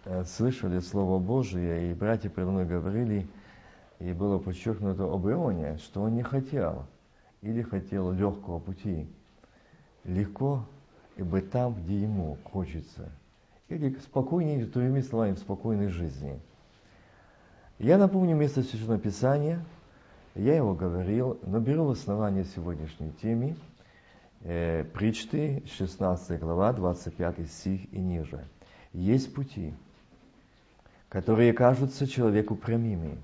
слышали Слово Божие, и братья предо мной говорили, и было подчеркнуто об Ионе, что он не хотел, или хотел легкого пути. Легко и быть там, где ему хочется. Или спокойнее, другими словами, в спокойной жизни. Я напомню место Священного Писания, я его говорил, но беру в основание сегодняшней теме Притчи, 16 глава, 25 стих и ниже. Есть пути, которые кажутся человеку прямыми,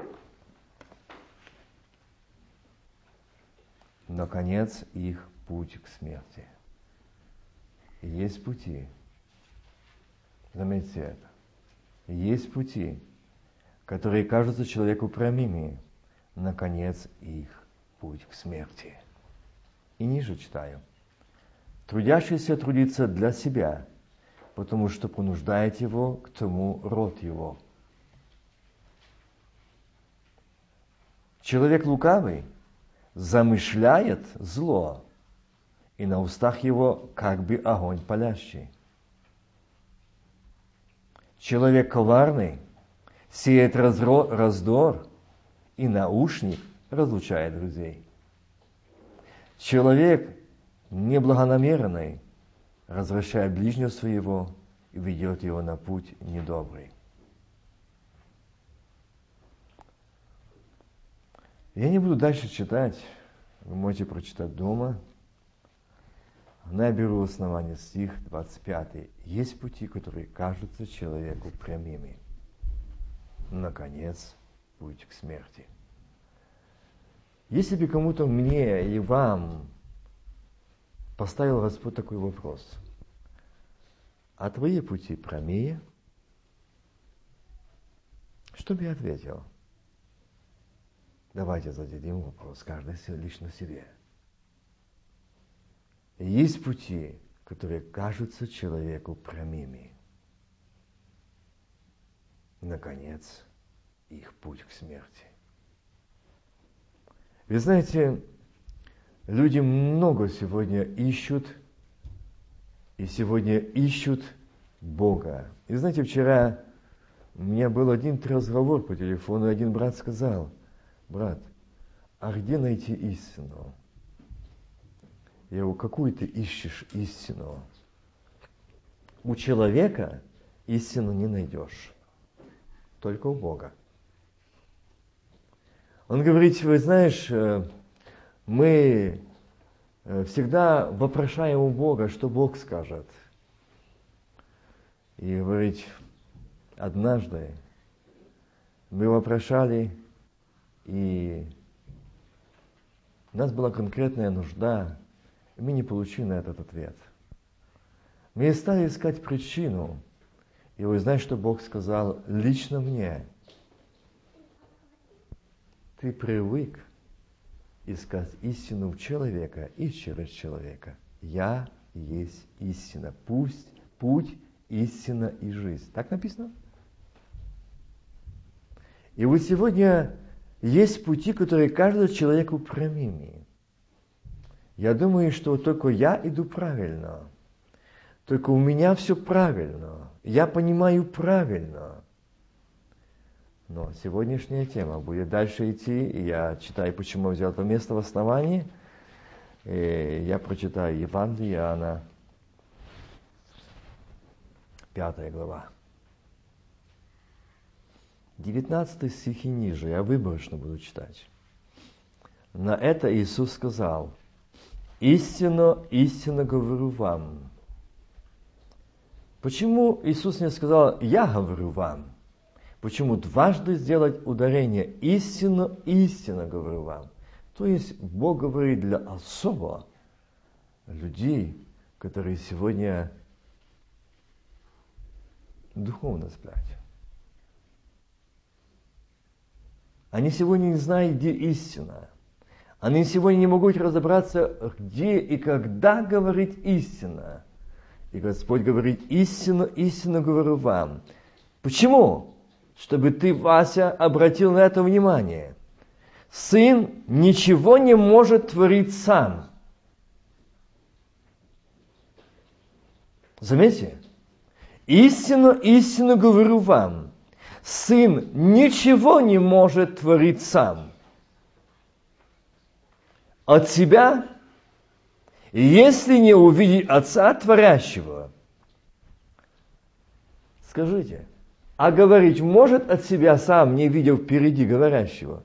но конец их путь к смерти. И есть пути, заметьте это, есть пути, которые кажутся человеку прямыми, но конец их путь к смерти. И ниже читаю. Трудящийся трудится для себя, потому что понуждает его к тому род его. Человек лукавый замышляет зло, и на устах его как бы огонь палящий. Человек коварный сеет раздор, и наушник разлучает друзей. Человек неблагонамеренный развращает ближнего своего и ведет его на путь недобрый. Я не буду дальше читать, вы можете прочитать дома. Но я беру основание стих 25. Есть пути, которые кажутся человеку прямыми. Наконец, путь к смерти. Если бы кому-то мне или вам поставил Господь такой вопрос, а твои пути прямые? Что бы я ответил? Давайте зададим вопрос, каждый лично себе. Есть пути, которые кажутся человеку прямыми. Наконец, их путь к смерти. Вы знаете, люди много сегодня ищут, и сегодня ищут Бога. И знаете, вчера у меня был один разговор по телефону, и один брат сказал: брат, а где найти истину? Я говорю, какую ты ищешь истину? У человека истину не найдешь, только у Бога. Он говорит, вы знаешь, мы всегда вопрошаем у Бога, что Бог скажет. И говорит, однажды мы вопрошали, и у нас была конкретная нужда, и мы не получили на этот ответ. Мы стали искать причину, и вы знаете, что Бог сказал лично мне? Ты привык искать истину в человека и через человека. Я есть истина. Путь, истина и жизнь. Так написано? И вот сегодня есть пути, которые каждому человеку прямыми. Я думаю, что только я иду правильно. Только у меня все правильно. Я понимаю правильно. Но сегодняшняя тема будет дальше идти, и я читаю, почему я взял это место в основании. И я прочитаю Евангелие Иоанна, 5 глава. 19 стих и ниже, я выборочно буду читать. На это Иисус сказал: «Истинно, истинно говорю вам». Почему Иисус не сказал «я говорю вам»? Почему дважды сделать ударение «истинно, истинно говорю вам»? То есть Бог говорит для особо людей, которые сегодня духовно сплят. Они сегодня не знают, где истина. Они сегодня не могут разобраться, где и когда говорит истина. И Господь говорит: истинно, истинно говорю вам. Почему? Чтобы ты, Вася, обратил на это внимание. Сын ничего не может творить сам. Заметьте? Истину, истину говорю вам, Сын ничего не может творить сам от себя, если не увидит Отца Творящего. Скажите, а говорить может от себя сам, не видел впереди говорящего?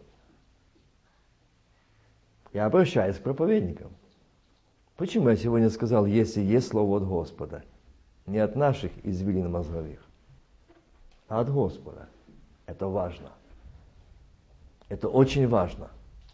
Я обращаюсь к проповедникам. Почему я сегодня сказал, если есть слово от Господа? Не от наших извилин мозговых, а от Господа. Это важно. Это очень важно.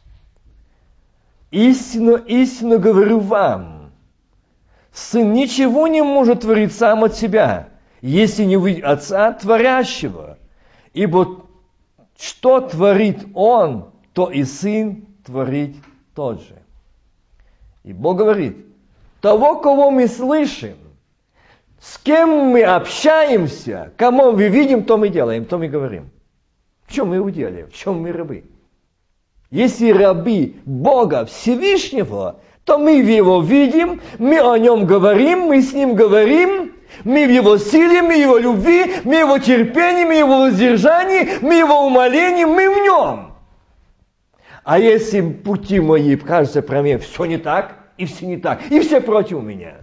Истину, истину говорю вам, Сын ничего не может творить сам от себя, если не увидит Отца Творящего. Ибо что творит Он, то и Сын творит тот же. И Бог говорит, того, кого мы слышим, с кем мы общаемся, кому мы видим, то мы делаем, то мы говорим. В чем мы удели, в чем мы рабы? Если рабы Бога Всевышнего, то мы его видим, мы о нем говорим, мы с ним говорим, мы в его силе, мы в его любви, мы в его терпении, мы в его воздержании, мы в его умолении, мы в нем. А если пути мои кажутся про меня, все не так, и все не так, и все против меня.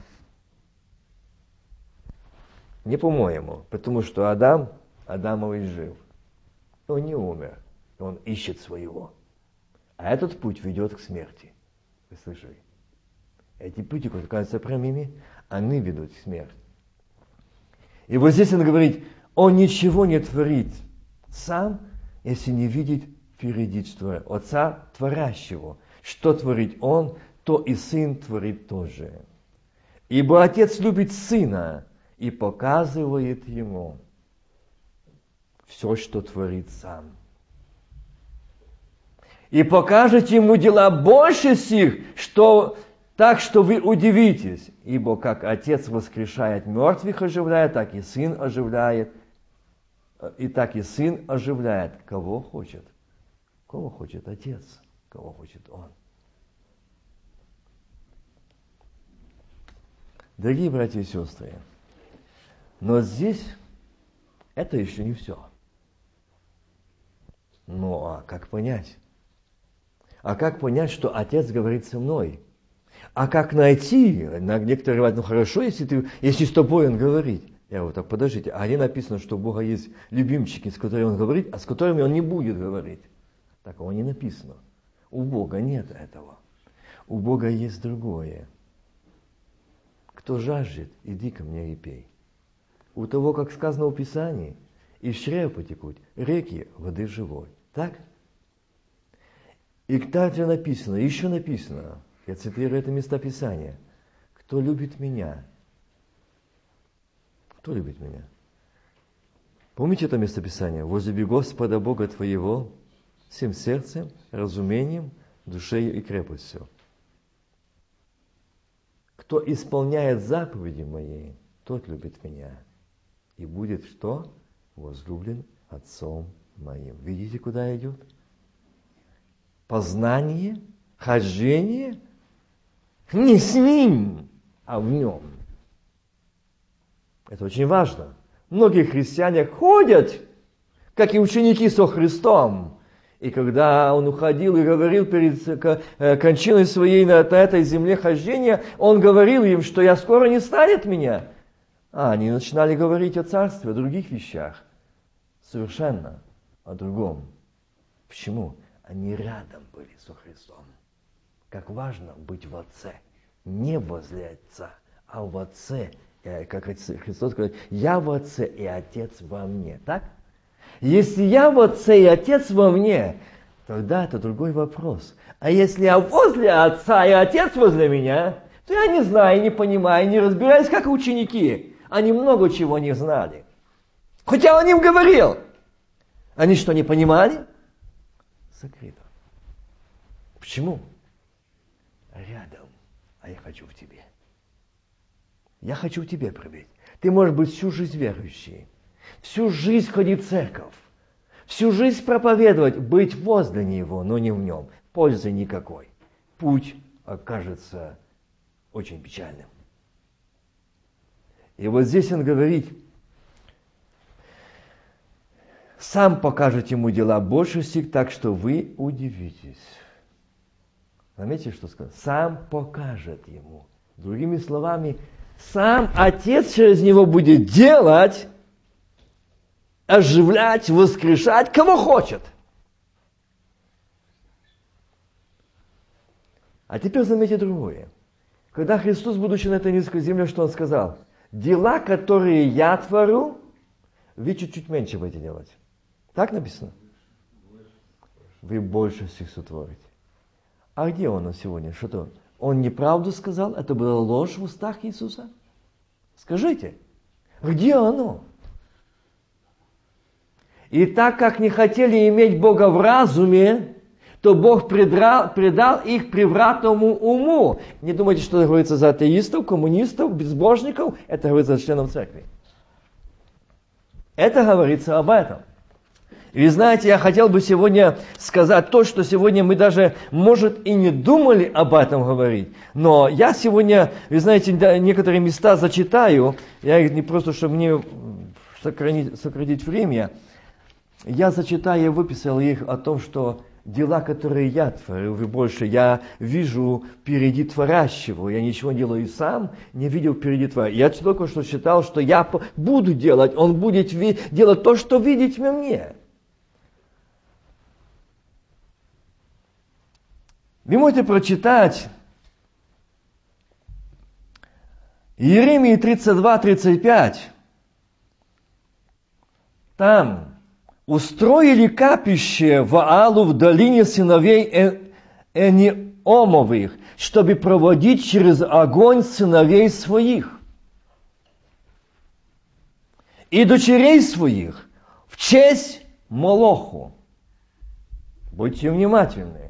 Не по-моему, потому что Адамовый жив. Он не умер, он ищет своего. А этот путь ведет к смерти. Вы слышали? Эти пути, которые кажутся прямыми, они ведут к смерти. И вот здесь он говорит, он ничего не творит сам, если не видит впереди Отца Творящего. Что творит Он, то и Сын творит тоже. Ибо Отец любит Сына и показывает Ему все, что творит Сам. И покажет Ему дела больше сих, так что вы удивитесь. Ибо как Отец воскрешает мертвых, оживляет, так и Сын оживляет. И так и Сын оживляет, кого хочет. Кого хочет Отец, кого хочет Он. Дорогие братья и сестры, но здесь это еще не все. Ну а как понять? А как понять, что Отец говорит со мной? А как найти? Некоторые говорят, ну хорошо, если с тобой Он говорит. Я вот так, подождите, а не написано, что у Бога есть любимчики, с которыми Он говорит, а с которыми Он не будет говорить. Такого не написано. У Бога нет этого. У Бога есть другое. Кто жаждет, иди ко мне и пей. У того, как сказано в Писании, из чрева потекут реки воды живой. Так? И также написано, еще написано, я цитирую это местописание, кто любит меня? Кто любит меня? Помните это местописание? Возлюби Господа Бога твоего всем сердцем, разумением, душею и крепостью. Кто исполняет заповеди мои, тот любит меня. И будет что? Возлюблен Отцом моим. Видите, куда идет? Познание, хождение не с Ним, а в Нем. Это очень важно. Многие христиане ходят, как и ученики со Христом. И когда Он уходил и говорил перед кончиной своей на этой земле хождения, Он говорил им, что я скоро не станет меня. А они начинали говорить о царстве, о других вещах. Совершенно о другом. Почему? Они рядом были со Христом. Как важно быть в Отце. Не возле Отца, а в Отце. Как Христос говорит, я в Отце и Отец во мне. Так? Если я в Отце и Отец во мне, тогда это другой вопрос. А если я возле Отца и Отец возле меня, то я не знаю, не понимаю, не разбираюсь, как ученики. Они много чего не знали. Хотя Он им говорил. Они что, не понимали? Закрыто. Почему? Рядом, а я хочу в тебе. Я хочу в тебе пробить. Ты можешь быть всю жизнь верующий, всю жизнь ходить в церковь, всю жизнь проповедовать, быть возле Него, но не в Нем. Пользы никакой. Путь окажется очень печальным. И вот здесь он говорит, сам покажет ему дела больше сих, так что вы удивитесь. Заметьте, что сказал? Сам покажет ему. Другими словами, сам Отец через него будет делать, оживлять, воскрешать, кого хочет. А теперь заметьте другое. Когда Христос, будучи на этой низкой земле, что Он сказал? Дела, которые я творю, вы чуть-чуть меньше будете делать. Так написано? Вы больше всех сотворите. А где Он сегодня? Что-то? Он неправду сказал? Это была ложь в устах Иисуса? Скажите, где оно? И так как не хотели иметь Бога в разуме, то Бог предал их превратному уму. Не думайте, что это говорится за атеистов, коммунистов, безбожников. Это говорится за членов церкви. Это говорится об этом. И вы знаете, я хотел бы сегодня сказать то, что сегодня мы даже, может, и не думали об этом говорить. Но я сегодня, вы знаете, некоторые места зачитаю. Я их не просто, чтобы мне сократить время. Я зачитаю, я выписал их о том, что дела, которые я творю, вы больше, я вижу впереди творящего. Я ничего не делаю сам, не видел впереди творящего. Я только что считал, что я буду делать, он будет делать то, что видит во мне. Вы можете прочитать Иеремии 32-35. Там устроили капище Ваалу в долине сыновей Эниомовых, чтобы проводить через огонь сыновей своих и дочерей своих в честь Молоху. Будьте внимательны.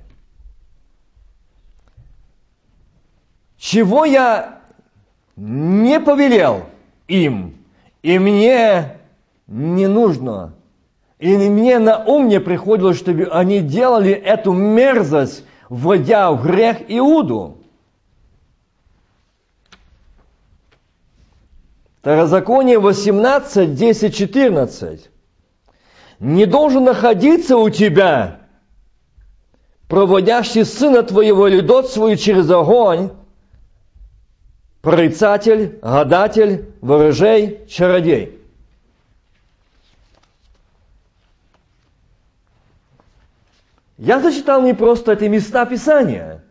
Чего я не повелел им, и мне не нужно, и мне на ум не приходило, чтобы они делали эту мерзость, вводя в грех Иуду. Второзаконие 18, 10, 14. Не должен находиться у тебя, проводящий сына твоего или дочь свою через огонь, прорицатель, гадатель, ворожей, чародей. Я зачитал не просто эти места Писания.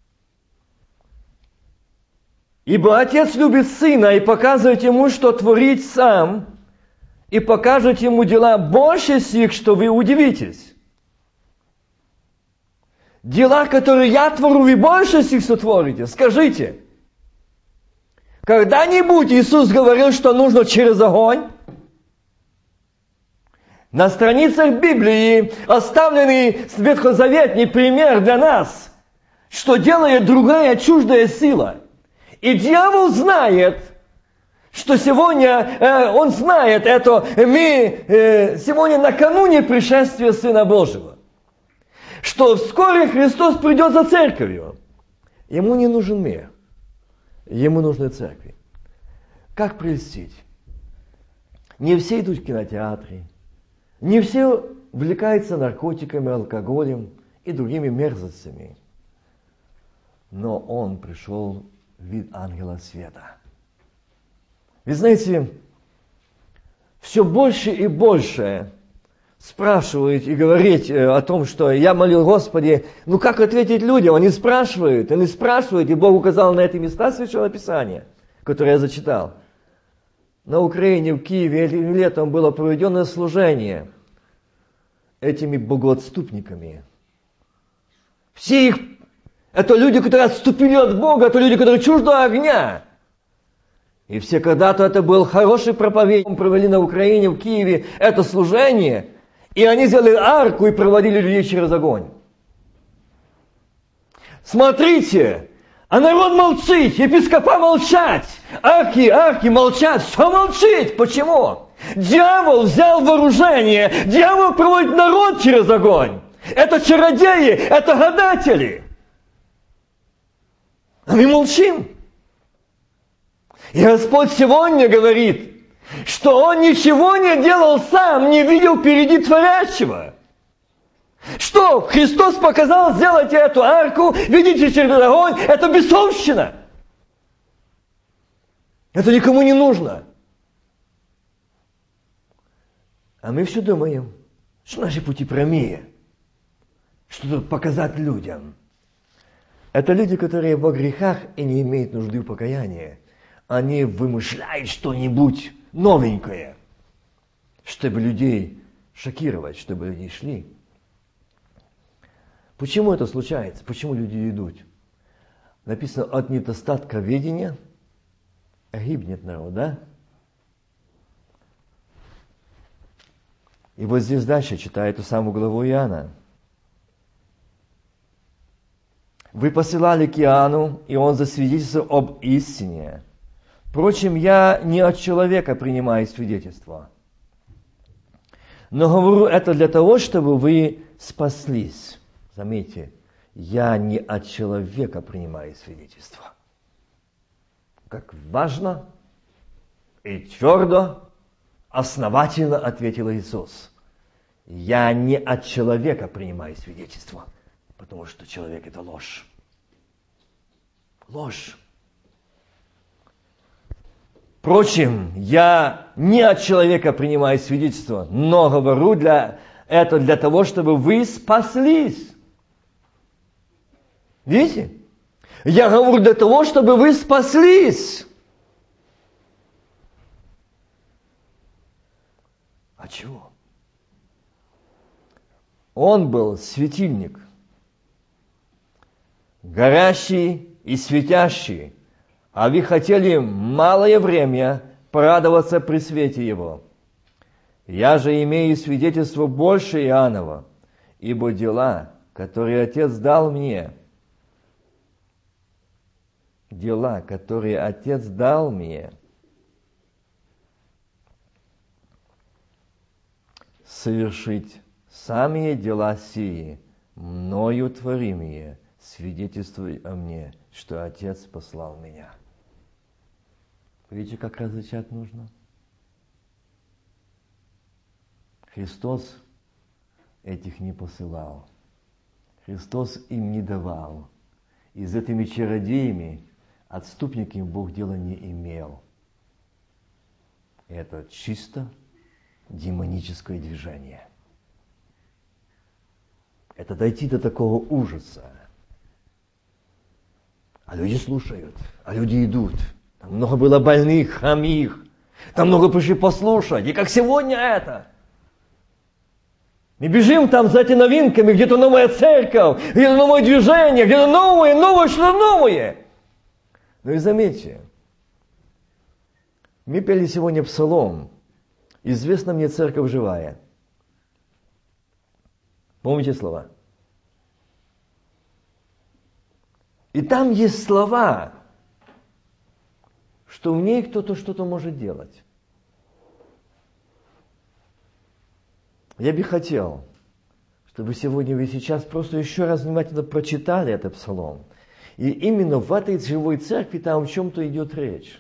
Ибо Отец любит Сына и показывает Ему, что творить сам, и покажет Ему дела больше сих, что вы удивитесь. Дела, которые я творю, вы больше сих сотворите. Скажите, когда-нибудь Иисус говорил, что нужно через огонь? На страницах Библии оставленный ветхозаветный пример для нас, что делает другая чуждая сила. И дьявол знает, что сегодня, он знает это, мы сегодня накануне пришествия Сына Божьего, что вскоре Христос придет за церковью. Ему не нужен мир. Ему нужны церкви. Как прельстить? Не все идут в кинотеатры, не все увлекаются наркотиками, алкоголем и другими мерзостями. Но он пришел в вид ангела света. Вы знаете, все больше и больше спрашивают и говорить о том, что я молил Господи, ну как ответить людям? Они спрашивают, и Бог указал на эти места Священного Писания, которые я зачитал. На Украине, в Киеве летом было проведено служение этими богоотступниками. Все их, это люди, которые отступили от Бога, это люди, которые чужды огня. И все когда-то это был хороший проповедник. Мы провели на Украине, в Киеве это служение. И они сделали арку и проводили людей через огонь. Смотрите, а народ молчит, епископа молчать, арки молчат, все молчит. Почему? Дьявол взял вооружение, дьявол проводит народ через огонь. Это чародеи, это гадатели. А мы молчим. И Господь сегодня говорит, что он ничего не делал сам, не видел впереди творящего. Что Христос показал, сделайте эту арку, видите через огонь, это бесовщина. Это никому не нужно. А мы все думаем, что наши пути прямее, что тут показать людям. Это люди, которые во грехах и не имеют нужды в покаянии. Они вымышляют что-нибудь новенькое, чтобы людей шокировать, чтобы люди шли. Почему это случается? Почему люди идут? Написано, от недостатка ведения гибнет народ, да? И вот здесь дальше читаю эту самую главу Иоанна. Вы посылали к Иоанну, и он засвидетельствовал об истине. Впрочем, я не от человека принимаю свидетельство, но говорю это для того, чтобы вы спаслись. Заметьте, я не от человека принимаю свидетельство. Как важно и твердо, основательно ответил Иисус. Я не от человека принимаю свидетельство, потому что человек – это ложь. Ложь. Впрочем, я не от человека принимаю свидетельство, но говорю это для того, чтобы вы спаслись. Видите? Я говорю для того, чтобы вы спаслись. А чего? Он был светильник, горящий и светящий, а вы хотели малое время порадоваться при свете его. Я же имею свидетельство больше Иоаннова, ибо дела, которые Отец дал мне, совершить самые дела сии, мною творимые, свидетельствуй о мне, что Отец послал меня. Видите, как различать нужно? Христос этих не посылал. Христос им не давал. И с этими чародеями, отступниками Бог дела не имел. Это чисто демоническое движение. Это дойти до такого ужаса. А люди слушают, а люди идут. Там много было больных, хромих. Там много пришли послушать. И как сегодня это. Мы бежим там за этими новинками, где-то новая церковь, где-то новое движение, где-то новое, что-то новое. Ну и заметьте, мы пели сегодня псалом «Известна мне церковь живая». Помните слова? И там есть слова, что в ней кто-то что-то может делать. Я бы хотел, чтобы сегодня вы сейчас просто еще раз внимательно прочитали этот псалом. И именно в этой живой церкви там о чем-то идет речь.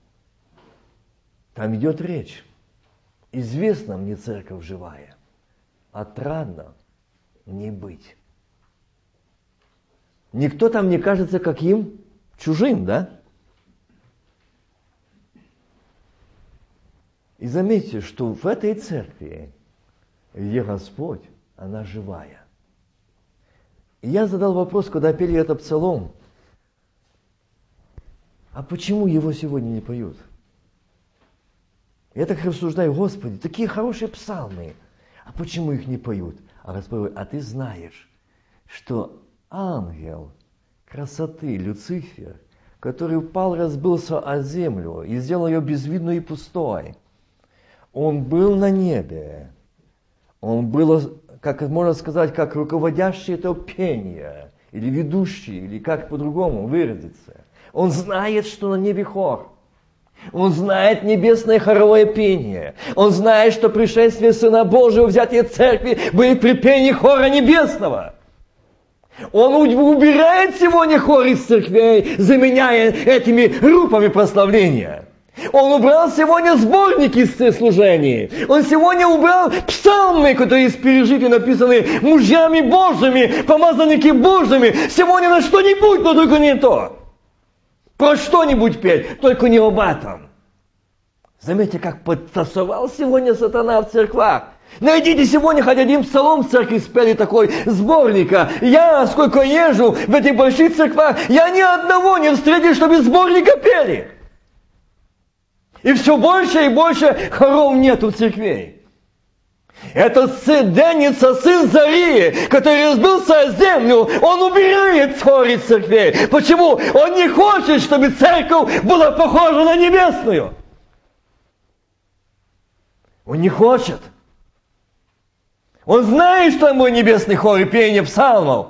Там идет речь. Известна мне церковь живая. Отрадно не быть. Никто там не кажется каким? Чужим, да? И заметьте, что в этой церкви, где Господь, она живая. И я задал вопрос, когда пели этот псалом, а почему его сегодня не поют? Я так рассуждаю, Господи, такие хорошие псалмы, а почему их не поют? А Господь говорит, а ты знаешь, что ангел красоты, Люцифер, который упал, разбился о землю и сделал ее безвидной и пустой, он был на небе, он был, как можно сказать, как руководящий это пение, или ведущий, или как по-другому выразиться. Он знает, что на небе хор. Он знает небесное хоровое пение. Он знает, что пришествие Сына Божьего, взятие церкви, были при пении хора небесного. Он убирает сегодня хор из церквей, заменяя этими группами прославления. Он убрал сегодня сборники служений. Он сегодня убрал псалмы, которые из пережитий написаны мужьями Божьими, помазанники Божьими. Сегодня на что-нибудь, но только не то. Про что-нибудь петь, только не об этом. Заметьте, как подтасовал сегодня сатана в церквах. Найдите сегодня хоть один псалом в церкви спели такой сборника. Я, сколько езжу в этих больших церквах, я ни одного не встретил, чтобы сборника пели. И все больше и больше хоров нету в церкви. Это Денница, сын Зарии, который разбился о землю, он убирает хоры из церкви. Почему? Он не хочет, чтобы церковь была похожа на небесную. Он не хочет. Он знает, что мой небесный хор и пение псалмов.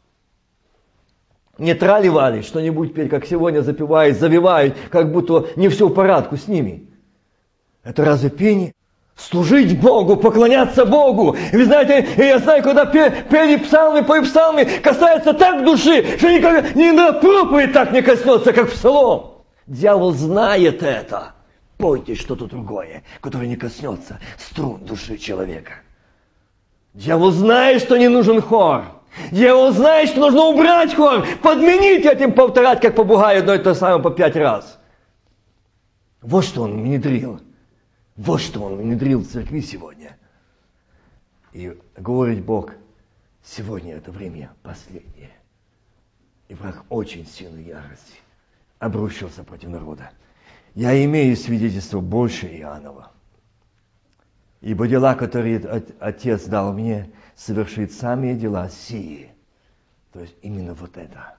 Не траливали, что-нибудь петь, как сегодня запевают, завивают, как будто не все в порядке с ними. Это разве пение? Служить Богу, поклоняться Богу. Вы знаете, я знаю, когда пели псалмы, касается так души, что никогда ни на проповедь так не коснется, как псалом. Дьявол знает это. Пойте что-то другое, которое не коснется струн души человека. Дьявол знает, что не нужен хор. Дьявол знает, что нужно убрать хор, подменить этим, повторять, как попугай, одно и то самое по 5 раз. Вот что он внедрил. Вот что он внедрил в церкви сегодня. И говорит Бог, сегодня это время последнее. И враг очень сильной ярости обрушился против народа. Я имею свидетельство больше Иоаннова. Ибо дела, которые Отец дал мне, совершит сами дела сии. То есть именно вот это.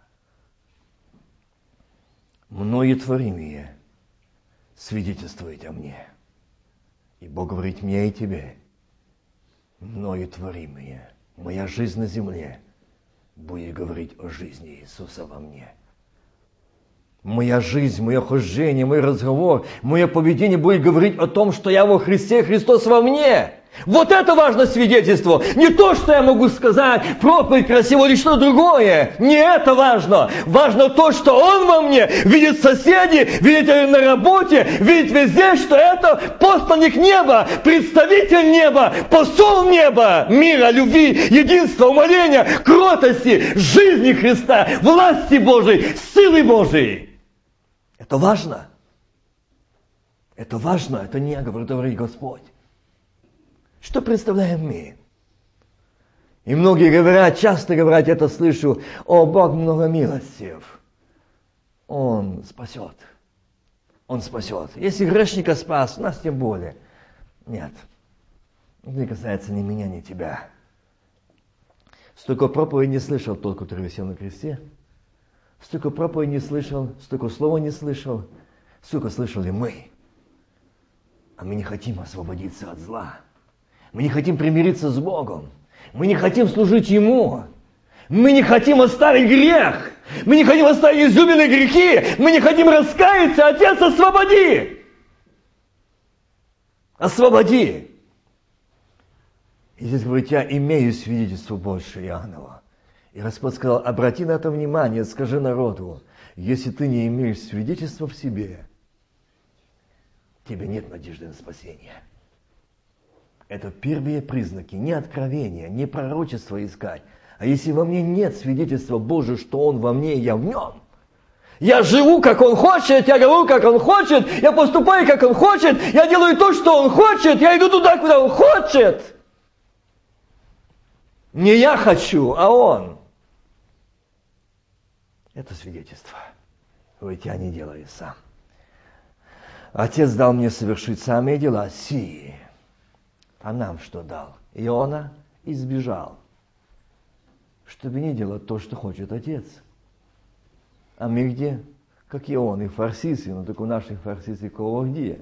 Мною творимые свидетельствует о мне. И Бог говорит мне и тебе. Мною творимые. Моя жизнь на земле будет говорить о жизни Иисуса во мне. Моя жизнь, мое хождение, мой разговор, мое поведение будет говорить о том, что я во Христе, Христос во мне. Вот это важно свидетельство. Не то, что я могу сказать, проповедь красивая или что-то другое. Не это важно. Важно то, что Он во мне видит соседей, видит на работе, видит везде, что это посланник неба, представитель неба, посол неба, мира, любви, единства, умоления, кротости, жизни Христа, власти Божией, силы Божией. Это важно. Это важно. Это не я говорит Господь. Что представляем мы? И многие говорят, часто говорят, это слышу, о, Бог много милостив. Он спасет. Он спасет. Если грешника спас, нас тем более. Нет. Это не касается ни меня, ни тебя. Столько проповедей не слышал тот, который висел на кресте. Столько проповедей не слышал, столько слова не слышал. Столько слышали мы. А мы не хотим освободиться от зла. Мы не хотим примириться с Богом. Мы не хотим служить Ему. Мы не хотим оставить грех. Мы не хотим оставить излюбленные грехи. Мы не хотим раскаяться. Отец, освободи! Освободи! И здесь говорит, я имею свидетельство больше Иоаннова. И Господь сказал, обрати на это внимание, скажи народу, если ты не имеешь свидетельства в себе, тебе нет надежды на спасение. Это первые признаки, не откровения, не пророчества искать. А если во мне нет свидетельства Божьего, что Он во мне, я в Нем. Я живу, как Он хочет, я говорю, как Он хочет, я поступаю, как Он хочет, я делаю то, что Он хочет, я иду туда, куда Он хочет. Не я хочу, а Он. Это свидетельство. Говорит, я не делаю сам. Отец дал мне совершить самые дела сии. А нам что дал? Иона избежал, чтобы не делать то, что хочет Отец. А мы где? Как Ион и фарсисы, но только у наших фарсисов кого где?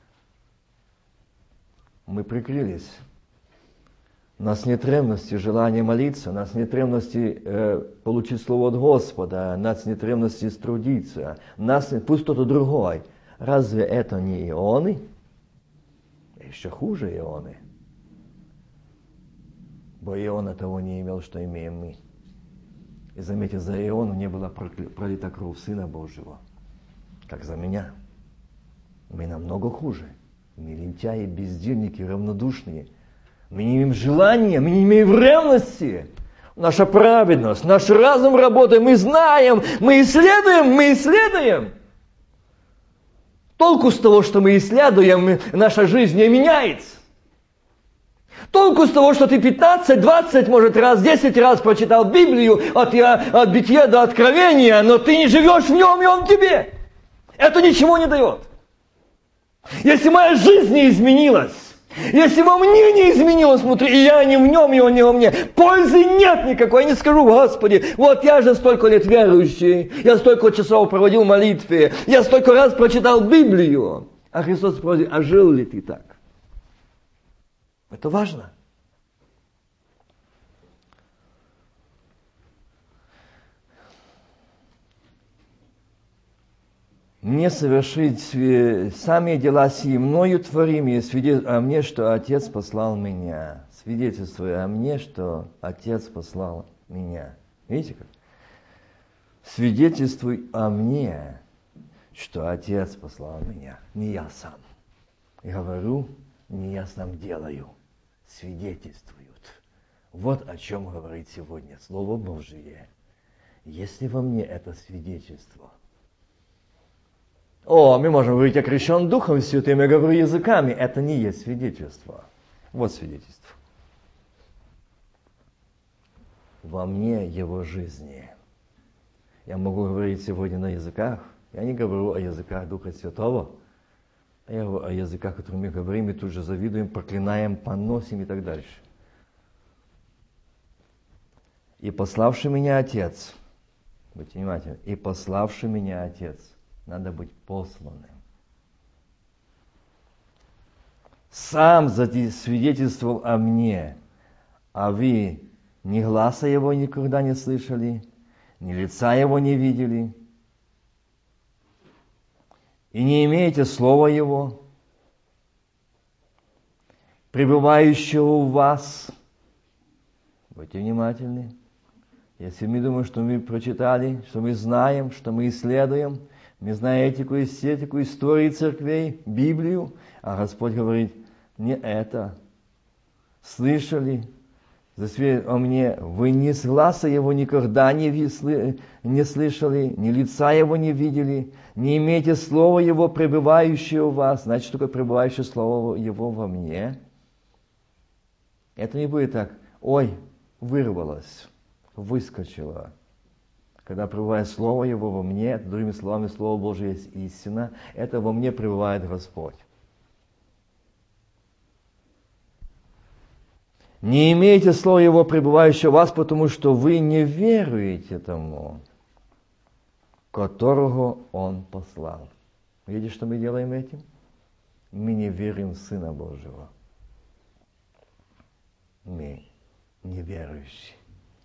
Мы прикрылись. У нас нет ревности желания молиться, у нас нет ревности получить слово от Господа, у нас нет ревности трудиться, у нас нет, пусть кто-то другой. Разве это не Ионы? Еще хуже Ионы. Бо Иона того не имел, что имеем мы. И заметьте, за Иону не была пролита кровь Сына Божьего, как за меня. Мы намного хуже. Мы лентяи, бездельники, равнодушные. Мы не имеем желания, мы не имеем ревности. Наша праведность, наш разум работает, мы знаем, мы исследуем. Толку с того, что мы исследуем, наша жизнь не меняется. Толку с того, что ты 15, 20, может, раз, 10 раз прочитал Библию от Бытия до Откровения, но ты не живешь в нем, и он в тебе. Это ничего не дает. Если моя жизнь не изменилась, если во мне не изменилось внутри, и я не в нем, и он не во мне, пользы нет никакой. Я не скажу: Господи, вот я же столько лет верующий, я столько часов проводил в молитве, я столько раз прочитал Библию. А Христос спросит: а жил ли ты так? Это важно. Мне совершить сами дела сии, мною творимые, свидетельствуя о мне, что Отец послал меня. Свидетельствуя о мне, что Отец послал меня. Видите как? Свидетельствуй о мне, что Отец послал меня. Не я сам. Я говорю, не я сам делаю. Свидетельствуют. Вот о чем говорит сегодня Слово Божие. Если во мне это свидетельство. Мы можем говорить: я крещен Духом Святым, я говорю языками. Это не есть свидетельство. Вот свидетельство. Во мне Его жизни. Я могу говорить сегодня на языках. Я не говорю о языках Духа Святого. Я говорю о языках, которыми мы говорим, и тут же завидуем, проклинаем, поносим и так дальше. И пославший меня Отец. Будьте внимательны. И пославший меня Отец. Надо быть посланным. Сам свидетельствовал о мне, а вы ни гласа Его никогда не слышали, ни лица Его не видели, и не имеете Слова Его, пребывающего в вас. Будьте внимательны. Если мы думаем, что мы прочитали, что мы знаем, что мы исследуем, мы знаем этику, эстетику, истории церквей, Библию, а Господь говорит: не это. Слышали о мне, вы ни гласа Его никогда не слышали, ни лица Его не видели, не имеете Слова Его, пребывающего в вас. Значит, что такое пребывающее Слово Его во мне? Это не будет так: вырвалось, выскочило. Когда пребывает Слово Его во мне, другими словами, Слово Божие есть истина, это во мне пребывает Господь. Не имеете Слова Его, пребывающего в вас, потому что вы не веруете тому, которого Он послал. Видите, что мы делаем этим? Мы не верим в Сына Божьего. Мы неверующие.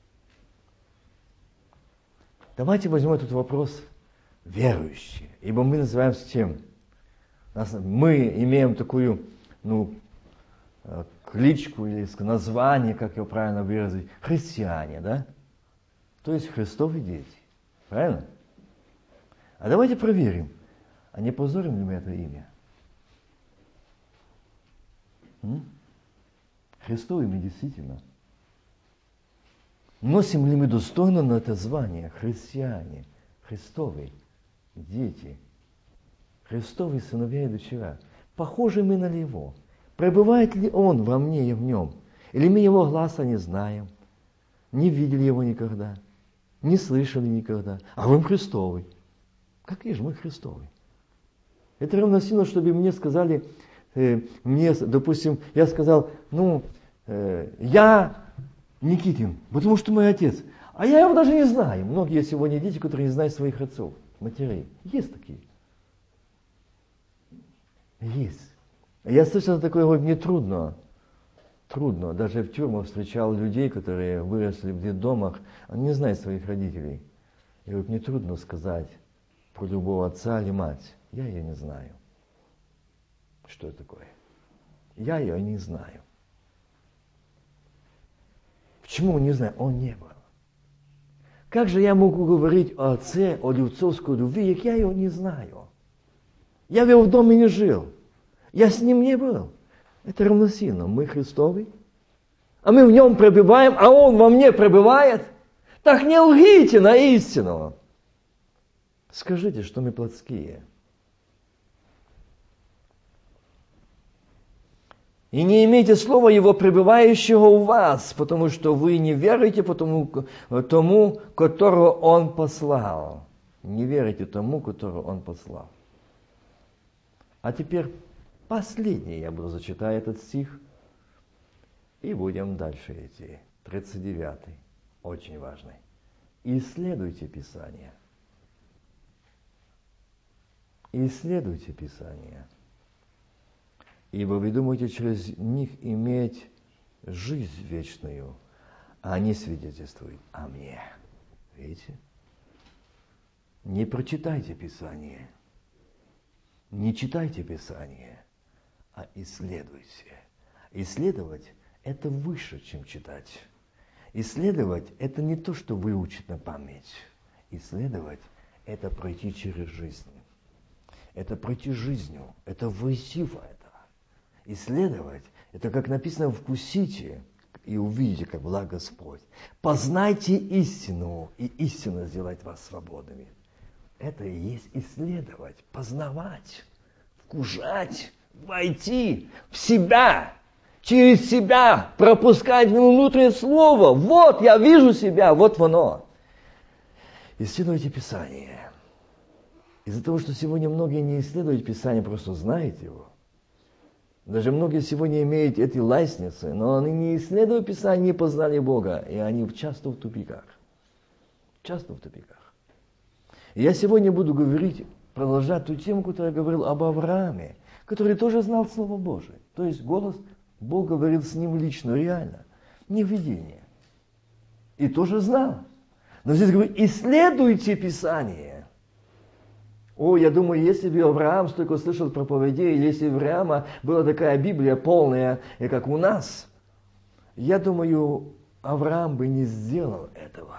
Давайте возьмем этот вопрос верующие. Ибо мы называемся чем? Мы имеем такую, кличку или название, как его правильно выразить, христиане, да? То есть Христовы дети. Правильно? А давайте проверим, а не позорим ли мы это имя? Христовы мы действительно. Носим ли мы достойно на это звание христиане, Христовы дети, Христовы сыновья и дочеря? Похожи мы на Него? Пребывает ли Он во мне и в Нем? Или мы Его гласа не знаем, не видели Его никогда, не слышали никогда, а мы Христовы? Какие же мы Христовы? Это равносильно, чтобы мне сказали, допустим, я сказал, я Никитин, потому что мой отец. А я его даже не знаю. Многие сегодня дети, которые не знают своих отцов, матерей. Есть такие. Есть. Я слышал такое, говорю, мне трудно. Даже в тюрьмах встречал людей, которые выросли в детдомах, они не знают своих родителей. Я говорю, мне трудно сказать про любого отца или мать. Я ее не знаю. Что это такое? Я ее не знаю. Почему не знаю? Он не был. Как же я могу говорить о отце, о отцовской любви, як я его не знаю? Я в его доме не жил. Я с ним не был. Это равносильно. Мы Христовы. А мы в нем пребываем, а он во мне пребывает. Так не лгите на истину. Скажите, что мы плотские. И не имейте слова его, пребывающего у вас, потому что вы не веруете тому, которого он послал. Не верите тому, которого он послал. А теперь последний я буду зачитать этот стих. И будем дальше идти. 39-й. Очень важный. Исследуйте Писание. Исследуйте Писание. Ибо вы думаете через них иметь жизнь вечную, а они свидетельствуют о мне. Видите? Не прочитайте Писание. Не читайте Писание, а исследуйте. Исследовать – это выше, чем читать. Исследовать – это не то, что выучить на память. Исследовать – это пройти через жизнь. Это пройти жизнью, это войти в это. Исследовать – это, как написано, вкусите и увидите, как благ Господь. Познайте истину, и истина сделает вас свободными. Это и есть исследовать, познавать, вкушать, войти в себя, через себя пропускать внутреннее слово. Вот я вижу себя, вот оно. Исследуйте Писание. Из-за того, что сегодня многие не исследуют Писание, просто знают его. Даже многие сегодня имеют эти лестницы, но они не исследуют Писание, не познали Бога, и они часто в тупиках. Часто в тупиках. И я сегодня буду говорить, продолжать ту тему, которую я говорил об Аврааме, который тоже знал Слово Божие. То есть голос Бог говорил с ним лично, реально, не в видении. И тоже знал. Но здесь говорит, исследуйте Писание. О, я думаю, если бы Авраам столько слышал проповедей, или если бы у Авраама была такая Библия полная, как у нас, я думаю, Авраам бы не сделал этого.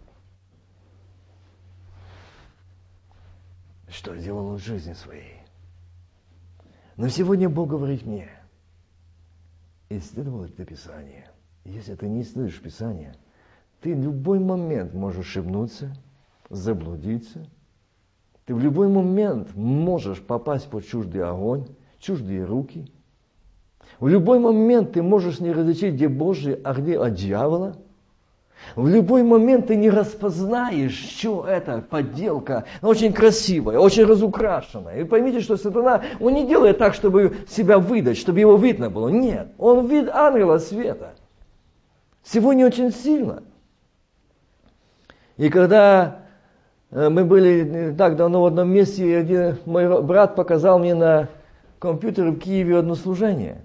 Что сделал он в жизни своей. Но сегодня Бог говорит мне, исследовал это Писание. Если ты не исследуешь Писание, ты в любой момент можешь ошибнуться, заблудиться. Ты в любой момент можешь попасть под чуждый огонь, чуждые руки. В любой момент ты можешь не различить, где Божий, а где от дьявола. В любой момент ты не распознаешь, что это подделка, но очень красивая, очень разукрашенная. И поймите, что сатана, он не делает так, чтобы себя выдать, чтобы его видно было. Нет, он вид ангела света. Сегодня очень сильно. И когда мы были не так давно в одном месте, где мой брат показал мне на компьютере в Киеве одно служение.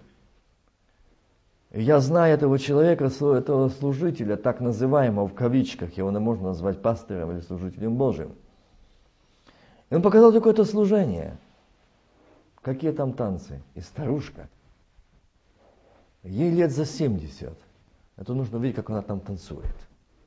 Я знаю этого человека, этого служителя, так называемого в кавичках, его не можно назвать пастором или служителем Божьим. И он показал какое-то служение. Какие там танцы? И старушка. Ей лет за 70. Это нужно видеть, как она там танцует.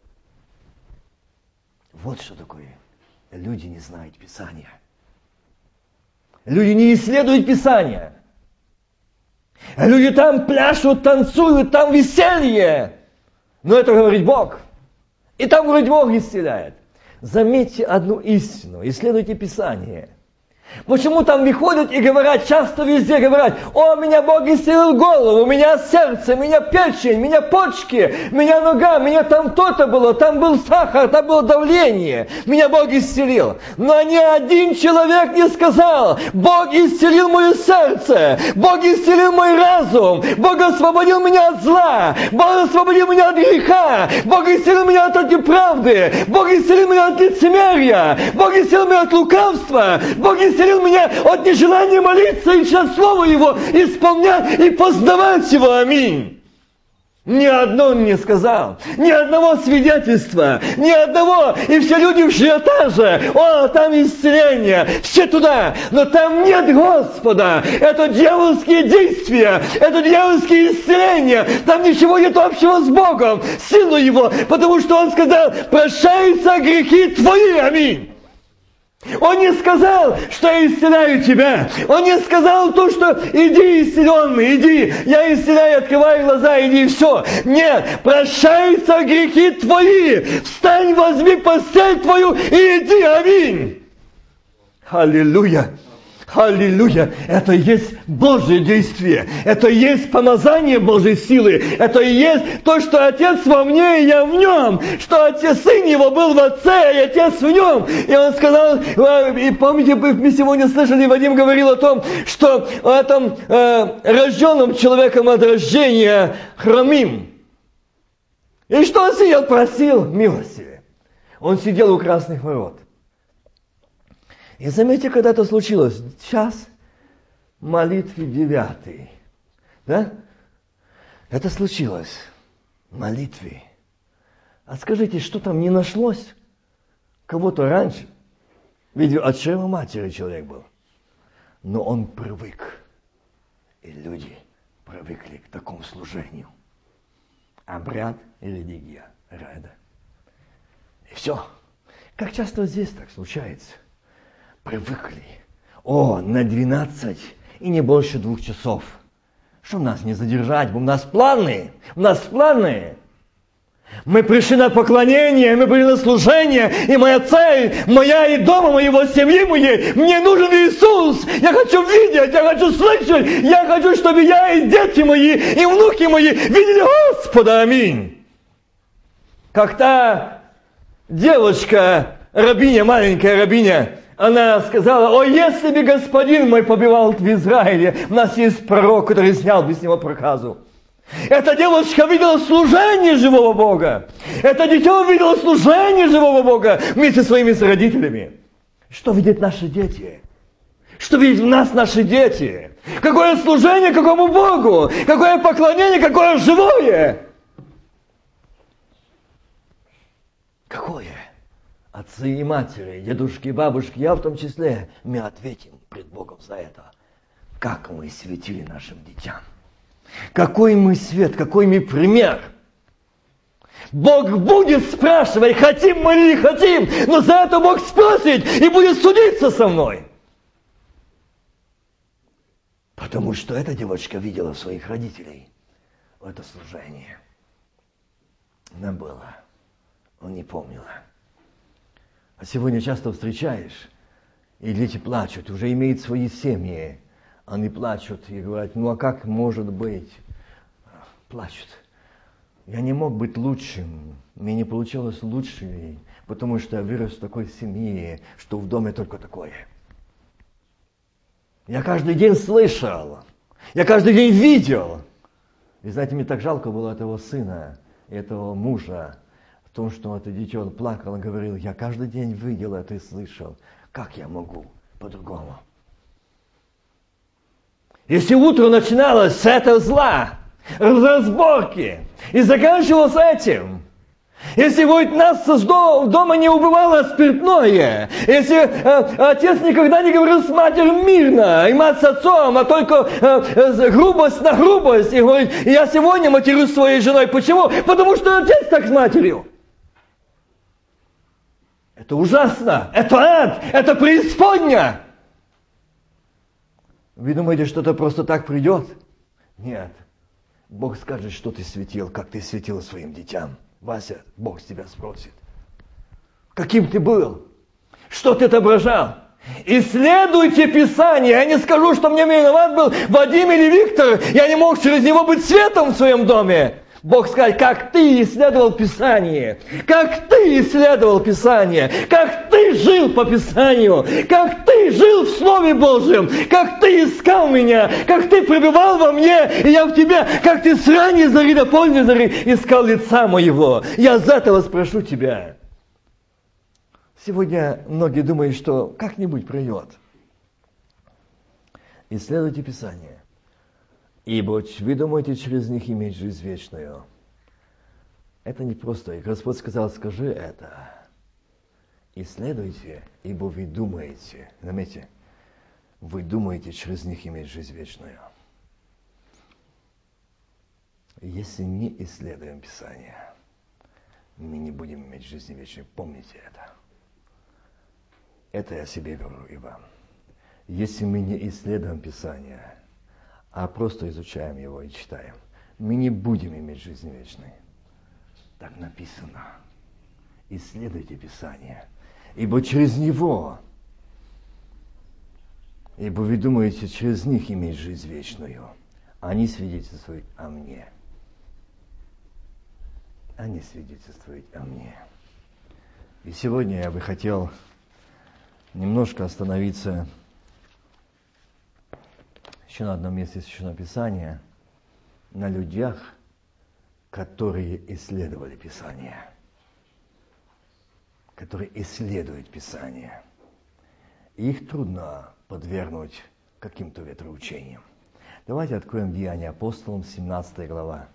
Вот что такое. Люди не знают Писания. Люди не исследуют Писание. Люди там пляшут, танцуют, там веселье. Но это говорит Бог. И там, говорит, Бог исцеляет. Заметьте одну истину. Исследуйте Писание. Почему там выходят и говорят, часто везде говорят, о, меня Бог исцелил голову, меня сердце, меня печень, меня почки, меня нога, меня там то-то было, там был сахар, там было давление, меня Бог исцелил. Но ни один человек не сказал, Бог исцелил мое сердце, Бог исцелил мой разум, Бог освободил меня от зла, Бог освободил меня от греха, Бог исцелил меня от неправды, Бог исцелил меня от лицемерия, Бог исцелил меня от лукавства, Бог исцелил меня от нежелания молиться и сейчас Слово Его исполнять и познавать Его. Аминь. Ни одно он не сказал, ни одного свидетельства, ни одного, и все люди в ажиотаже. О, там исцеление, все туда, но там нет Господа. Это дьявольские действия, это дьявольские исцеления. Там ничего нет общего с Богом, силу Его, потому что Он сказал, прощаются грехи твои. Аминь. Он не сказал, что я исцеляю тебя. Он не сказал то, что иди исцеленный, иди, я исцеляю, открываю глаза, иди, и все. Нет, прощаются грехи твои. Встань, возьми постель твою и иди, аминь. Аллилуйя. Аллилуйя! Это и есть Божье действие. Это и есть помазание Божьей силы. Это и есть то, что Отец во мне, и я в нем. Что Отец, Сын Его был в Отце, и Отец в нем. И Он сказал, и помните, мы сегодня слышали, Вадим говорил о том, что о этом рожденном человеком от рождения хромим. И что Он сидел, просил милости. Он сидел у красных ворот. И заметьте, когда это случилось, час молитвы 9. Да? Это случилось в молитве. А скажите, что там не нашлось кого-то раньше? Ведь от чрева матери человек был. Но он привык. И люди привыкли к такому служению. Обряд и религия. Рада. И все. Как часто здесь так случается? Привыкли. На 12 и не больше 2 часов. Что нас не задержать? У нас планы. Мы пришли на поклонение, мы пришли на служение, и моя цель, моя и дома моего, семьи моей, мне нужен Иисус. Я хочу видеть, я хочу слышать, я хочу, чтобы я и дети мои, и внуки мои видели Господа. Аминь. Как та девочка, рабиня, маленькая рабиня, она сказала: если бы Господин мой побивал в Израиле, у нас есть пророк, который снял бы с него проказу. Эта девочка видела служение живого Бога. Это дитё видело служение живого Бога вместе со своими родителями. Что видят наши дети? Что видят в нас наши дети? Какое служение, какому Богу? Какое поклонение, какое живое? Какое? Отцы и матери, дедушки и бабушки, я в том числе, мы ответим пред Богом за это. Как мы светили нашим детям. Какой мы свет, какой мы пример. Бог будет спрашивать, хотим мы или не хотим, но за это Бог спросит и будет судиться со мной. Потому что эта девочка видела своих родителей. Это служение. Она была. Он не помнила. А сегодня часто встречаешь, и дети плачут, уже имеют свои семьи. Они плачут и говорят: а как может быть? Плачут. Я не мог быть лучшим, мне не получилось лучше, потому что я вырос в такой семье, что в доме только такое. Я каждый день слышал, я каждый день видел. И знаете, мне так жалко было этого сына, этого мужа, в том, что это дитё, он плакал и говорил: я каждый день видел это и слышал. Как я могу по-другому? Если утро начиналось с этого зла, разборки, и заканчивалось этим, если будет нас дома не убывало спиртное, если отец никогда не говорил с матерью мирно, и мать с отцом, а только грубость на грубость, и говорит: я сегодня матерюсь своей женой. Почему? Потому что отец так с матерью. Это ужасно, это ад, это преисподня. Вы думаете, что это просто так придет? Нет. Бог скажет, что ты светил, как ты светил своим детям. Вася, Бог с тебя спросит. Каким ты был? Что ты отображал? Исследуйте Писание. Я не скажу, что мне виноват был Вадим или Виктор. Я не мог через него быть светом в своем доме. Бог скажет: как ты исследовал Писание, как ты исследовал Писание, как ты жил по Писанию, как ты жил в Слове Божьем, как ты искал меня, как ты пребывал во мне, и я в тебе, как ты с ранней зари до поздней зари искал лица моего. Я за этого спрошу тебя. Сегодня многие думают, что как-нибудь пройдет. Исследуйте Писание. Ибо вы думаете через них иметь жизнь вечную. Это не просто. И Господь сказал: скажи это. Исследуйте, ибо вы думаете. Заметьте, вы думаете через них иметь жизнь вечную. Если не исследуем Писание, мы не будем иметь жизни вечной. Помните это. Это я себе говорю и вам. Если мы не исследуем Писание, а просто изучаем его и читаем, мы не будем иметь жизни вечной. Так написано. Исследуйте Писание, ибо через него, ибо вы думаете, через них иметь жизнь вечную. Они свидетельствуют о мне. Они свидетельствуют о мне. И сегодня я бы хотел немножко остановиться еще на одном месте Священного Писания, на людях, которые исследовали Писание, которые исследуют Писание. И их трудно подвергнуть каким-то ветроучениям. Давайте откроем Деяния апостолам, 17 глава.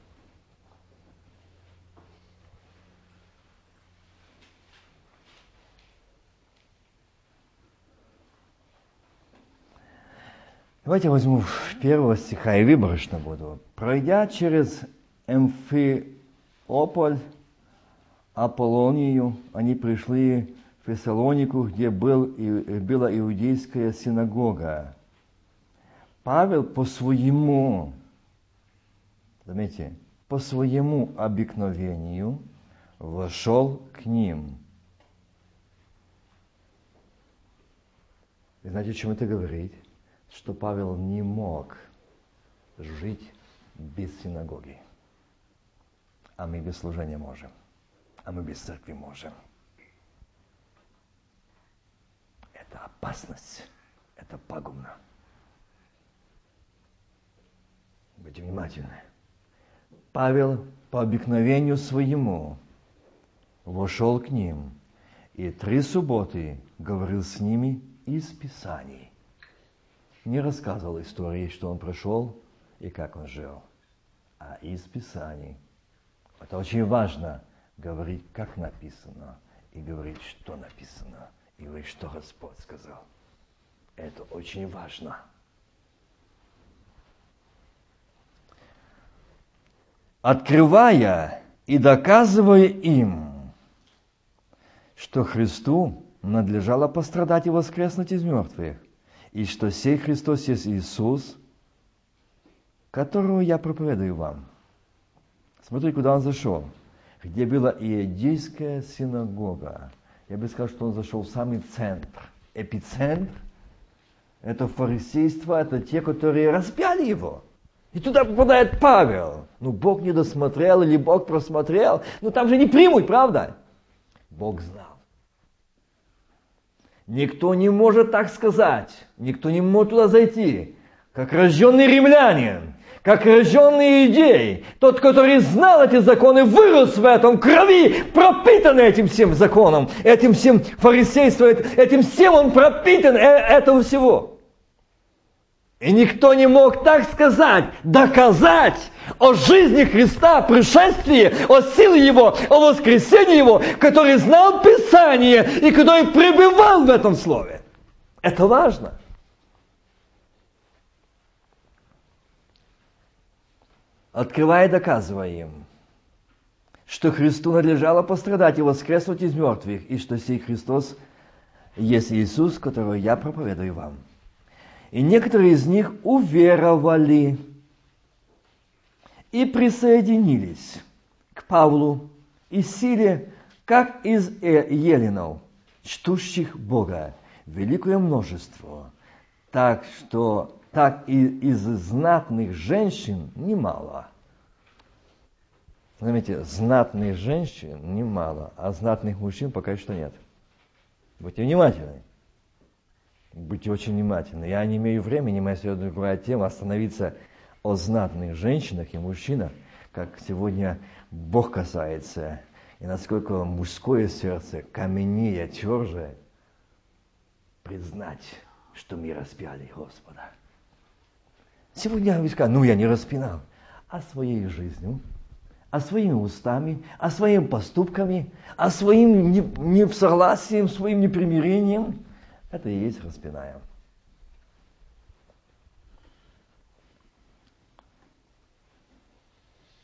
Давайте возьму первого стиха и выборочно буду. «Пройдя через Амфиополь, Аполлонию, они пришли в Фессалонику, где была иудейская синагога. Павел по своему, заметьте, по своему обыкновению вошел к ним». И знаете, о чем это говорит? Что Павел не мог жить без синагоги. А мы без служения можем. А мы без церкви можем. Это опасность. Это пагубно. Будьте внимательны. Павел по обыкновению своему вошел к ним и 3 субботы говорил с ними из Писаний. Не рассказывал истории, что он прошел и как он жил, а из Писаний. Это очень важно, говорить, как написано, и говорить, что написано, и говорить, что Господь сказал. Это очень важно. Открывая и доказывая им, что Христу надлежало пострадать и воскреснуть из мертвых, и что сей Христос есть Иисус, которого я проповедую вам. Смотри, куда он зашел. Где была иудейская синагога. Я бы сказал, что он зашел в самый центр. Эпицентр – это фарисейство, это те, которые распяли его. И туда попадает Павел. Ну, Бог не досмотрел или Бог просмотрел. Ну, там же не примут, правда? Бог знал. Никто не может так сказать. Никто не может туда зайти. Как рожденный римлянин, как рожденный иудей, тот, который знал эти законы, вырос в этом, крови, пропитанный этим всем законом, этим всем фарисейством, этим всем он пропитан, этого всего. И никто не мог так сказать, доказать о жизни Христа, о пришествии, о силе Его, о воскресении Его, который знал Писание и который пребывал в этом Слове. Это важно. Открывая и доказывая им, что Христу надлежало пострадать и воскреснуть из мертвых, и что сей Христос есть Иисус, которого я проповедую вам. И некоторые из них уверовали и присоединились к Павлу и Силе, как из еленов, чтущих Бога, великое множество, так и из знатных женщин немало. Заметьте, знатных женщин немало, а знатных мужчин пока что нет. Будьте внимательны. Будьте очень внимательны. Я не имею времени, моя сегодня другая тема, остановиться о знатных женщинах и мужчинах, как сегодня Бог касается, и насколько мужское сердце каменнее, тверже признать, что мы распяли Господа. Сегодня вы скажете, я не распинал, а своей жизнью, а своими устами, а своими поступками, а своим несогласием, своим непримирением. Это и есть распинаем.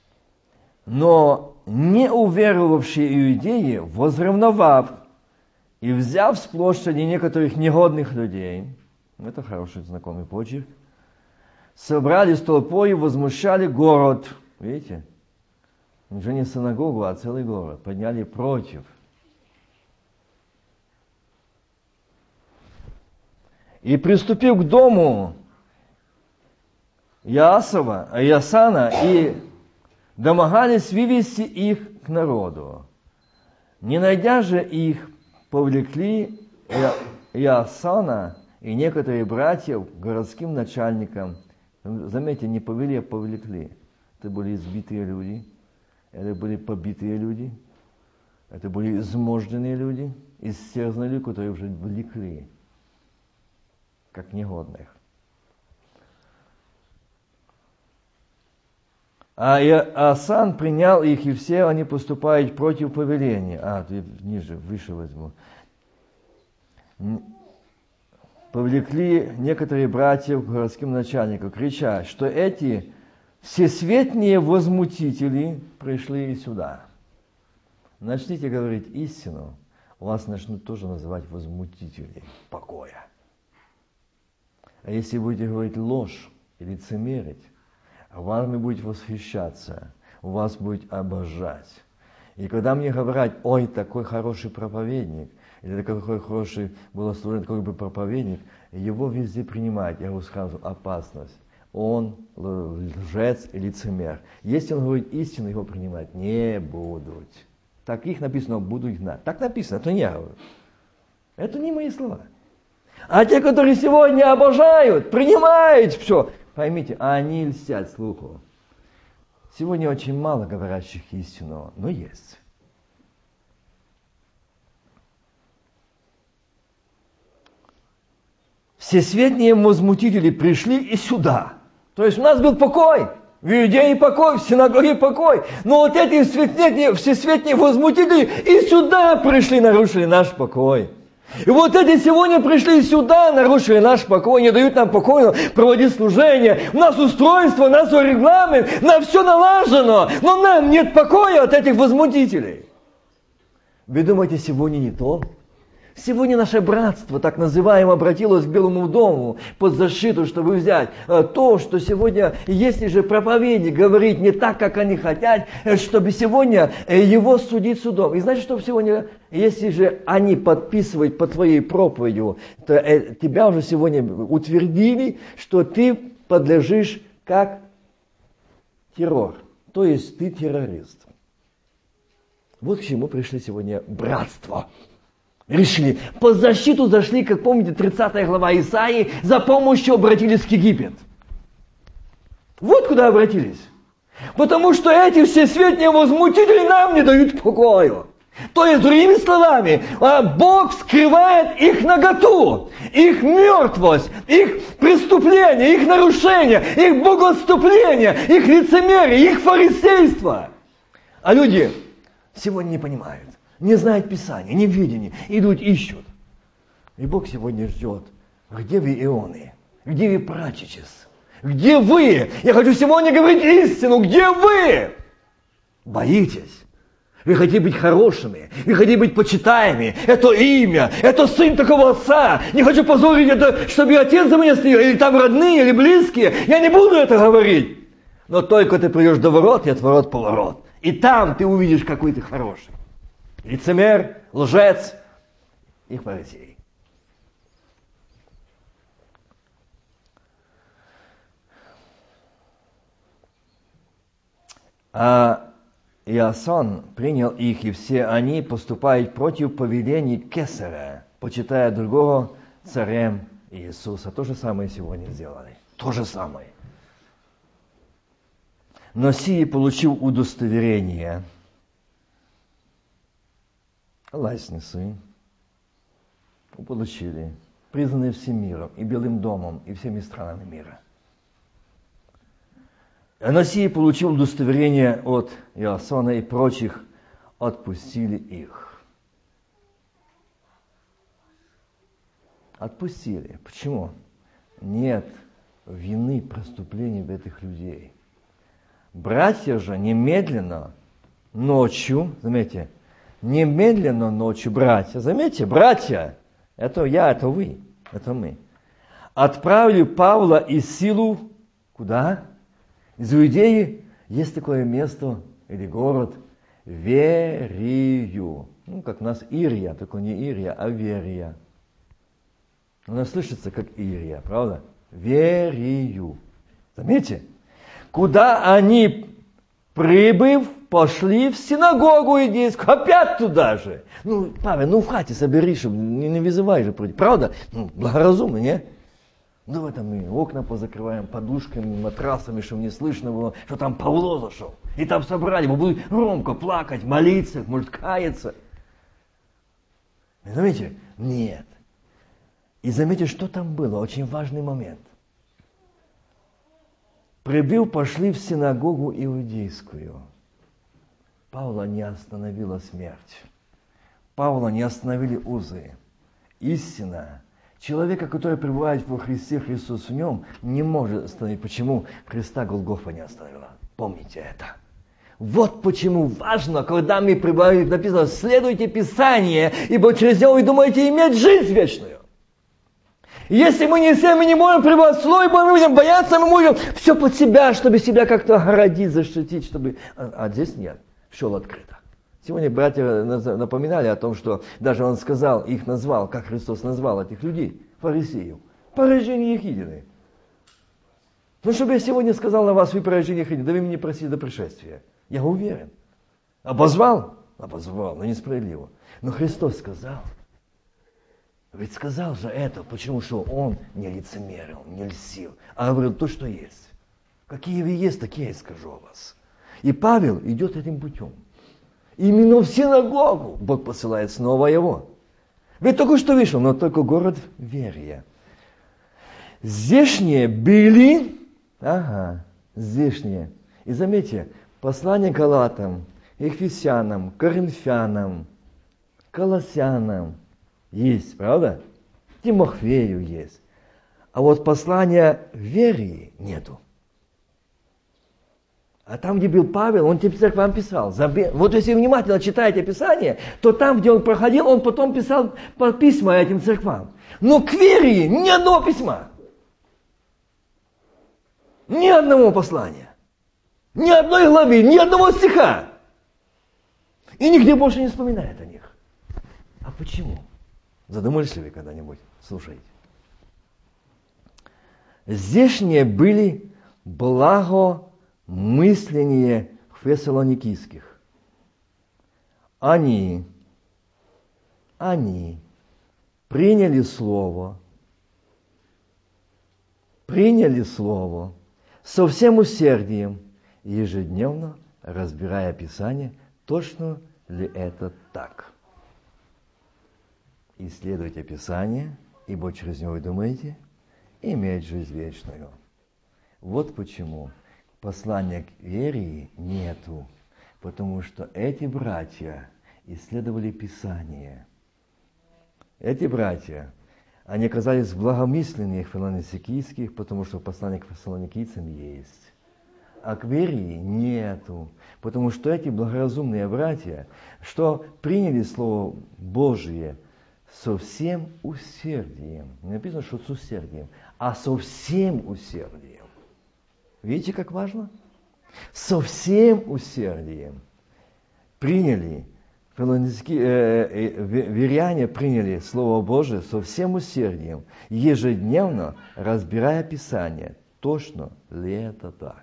Но не уверовавшие иудеи, возревновав И взяв с площади некоторых негодных людей, это хороший знакомый почерк, собрались толпой и возмущали город. Видите? Уже не синагогу, а целый город. Подняли против. И приступив к дому Ясана, и домогались вывести их к народу. Не найдя же их, повлекли Ясана и некоторые братьев к городским начальникам. Заметьте, не повели, а повлекли. Это были избитые люди, это были побитые люди, это были изможденные люди, истерзанные люди, которые уже влекли, как негодных. А Иоанн принял их, и все они поступают против повеления. Ниже, выше возьму. Повлекли некоторые братья к городским начальникам, крича, что эти всесветние возмутители пришли сюда. Начните говорить истину, вас начнут тоже называть возмутителей покоя. А если будете говорить ложь и лицемерить, вами будет восхищаться, вас будет обожать. И когда мне говорят, ой, такой хороший проповедник, или такой хороший богослужитель, такой бы проповедник, его везде принимать, я ему сразу опасность. Он лжец и лицемер. Если он говорит истину, его принимать не будут. Таких написано, буду их знать. Так написано, это не я говорю. Это не мои слова. А те, которые сегодня обожают, принимают все, поймите, они льстят слуху. Сегодня очень мало говорящих истину, но есть. Всесветние возмутители пришли и сюда. То есть у нас был покой, в Иудее покой, в синагоге покой. Но вот эти всесветние возмутители и сюда пришли, нарушили наш покой. И вот эти сегодня пришли сюда, нарушили наш покой, не дают нам покойно проводить служение. У нас устройство, у нас регламент, нам все налажено, но нам нет покоя от этих возмутителей. Вы думаете, сегодня не то? Сегодня наше братство, так называемое, обратилось к Белому дому под защиту, чтобы взять то, что сегодня, если же проповедник говорит не так, как они хотят, чтобы сегодня его судить судом. И знаете, что сегодня, если же они подписывают по твоей проповедью, то тебя уже сегодня утвердили, что ты подлежишь как террор, то есть ты террорист. Вот к чему пришли сегодня братство. Решили. По защиту зашли, как помните, 30 глава Исаии, за помощью обратились к Египет. Вот куда обратились. Потому что эти всесветние возмутители нам не дают покоя. То есть, другими словами, Бог скрывает их наготу, их мертвость, их преступления, их нарушения, их богоотступления, их лицемерие, их фарисейство. А люди сегодня не понимают. Не знают Писания, не видения, идут, ищут. И Бог сегодня ждет. Где вы, ионы? Где вы, прачечес? Где вы? Я хочу сегодня говорить истину. Где вы? Боитесь. Вы хотите быть хорошими. Вы хотите быть почитаемыми. Это имя. Это сын такого отца. Не хочу позорить это, чтобы отец за меня стоял. Или там родные, или близкие. Я не буду это говорить. Но только ты придешь до ворот, и от ворот поворот. И там ты увидишь, какой ты хороший. Лицемер, лжец и фарисей. А Иоанн принял их, и все они поступают против повелений Кесаря, почитая другого царем Иисуса. То же самое сегодня сделали. То же самое. Но сии, получив удостоверение, властницы получили, признанные всем миром, и Белым домом, и всеми странами мира. Анасия получил удостоверение от Иоанна и прочих, отпустили их. Отпустили. Почему? Нет вины, преступлений в этих людей. Братья же немедленно, ночью, заметьте, немедленно ночью братья, заметьте, братья, это я, это вы, это мы, отправили Павла и Силу, куда? Из Иудеи. Есть такое место или город, Верию. Как у нас Ирия, только не Ирия, а Верия. У нас слышится как Ирия, правда? Верию. Заметьте, куда они, прибыв, пошли в синагогу иудейскую, опять туда же. Павел, в хате собери, чтобы не вызывай же. Правда? Благоразумно, не? В этом мы окна позакрываем подушками, матрасами, чтобы не слышно было, что там Павло зашел. И там собрали, мы будем громко плакать, молиться, может каяться. Заметьте? Нет. И заметьте, что там было, очень важный момент. Прибыв, пошли в синагогу иудейскую. Павла не остановила смерть. Павла не остановили узы. Истина. Человека, который пребывает во Христе, Христос в нем, не может остановить. Почему Христа Голгофа не остановила? Помните это. Вот почему важно, когда мы пребываем, написано, следуйте Писание, ибо через него вы думаете иметь жизнь вечную. Если мы не можем пребывать в Слове, мы будем бояться, мы можем все под себя, чтобы себя как-то оградить, защитить, чтобы... А здесь нет, все открыто. Сегодня братья напоминали о том, что даже он сказал, их назвал, как Христос назвал этих людей, фарисеев, поражение ехидины. Чтобы я сегодня сказал на вас, вы поражение ехидины, да вы меня не просили до пришествия. Я уверен. Обозвал? Обозвал, но несправедливо. Но Христос сказал. Ведь сказал же это, почему что он не лицемерил, не льстил, а говорил то, что есть. Какие вы есть, такие я скажу о вас. И Павел идет этим путем. Именно в синагогу Бог посылает снова его. Ведь только что вышел, но только город Верия. Здешние были, здешние. И заметьте, послание Галатам, Ефесянам, Коринфянам, Колоссянам есть, правда? Тимофею есть. А вот послания Верии нету. А там, где был Павел, он тебе церквам писал. Вот если вы внимательно читаете Писание, то там, где он проходил, он потом писал письма этим церквам. Но к Верии ни одного письма. Ни одного послания. Ни одной главы, ни одного стиха. И нигде больше не вспоминает о них. А почему? Задумались ли вы когда-нибудь? Слушайте. Здешние были благомысление фессалоникийских. Они приняли слово со всем усердием, ежедневно разбирая Писание, точно ли это так. Исследуйте Писание, ибо через него вы думаете иметь жизнь вечную. Вот почему послания к Верии нету, потому что эти братья исследовали Писание. Эти братья, они оказались благомысленнее фессалоникийских, потому что послание к фессалоникийцам есть. А к Верии нету, потому что эти благоразумные братья, что приняли Слово Божие со всем усердием. Не написано, что с усердием, а со всем усердием. Видите, как важно? Со всем усердием приняли, веряне приняли Слово Божие со всем усердием, ежедневно разбирая Писание, точно ли это так.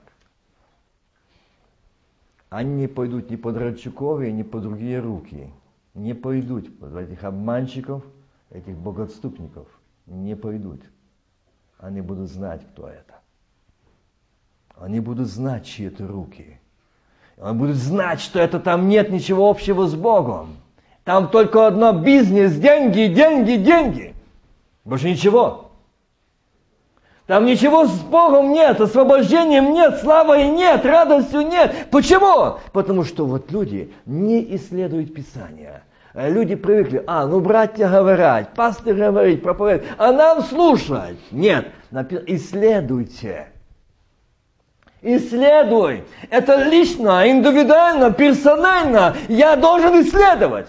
Они не пойдут ни под Радчуковые, ни под другие руки. Не пойдут под этих обманщиков, этих богоотступников. Не пойдут. Они будут знать, кто это. Они будут знать, чьи это руки. Они будут знать, что это там нет ничего общего с Богом. Там только одно бизнес, деньги, деньги, деньги. Больше ничего. Там ничего с Богом нет, освобождением нет, славой нет, радостью нет. Почему? Потому что вот люди не исследуют Писание. Люди привыкли, братья говорят, пастор говорит, проповедует, а нам слушать. Нет, исследуйте. Исследуй. Это лично, индивидуально, персонально. Я должен исследовать.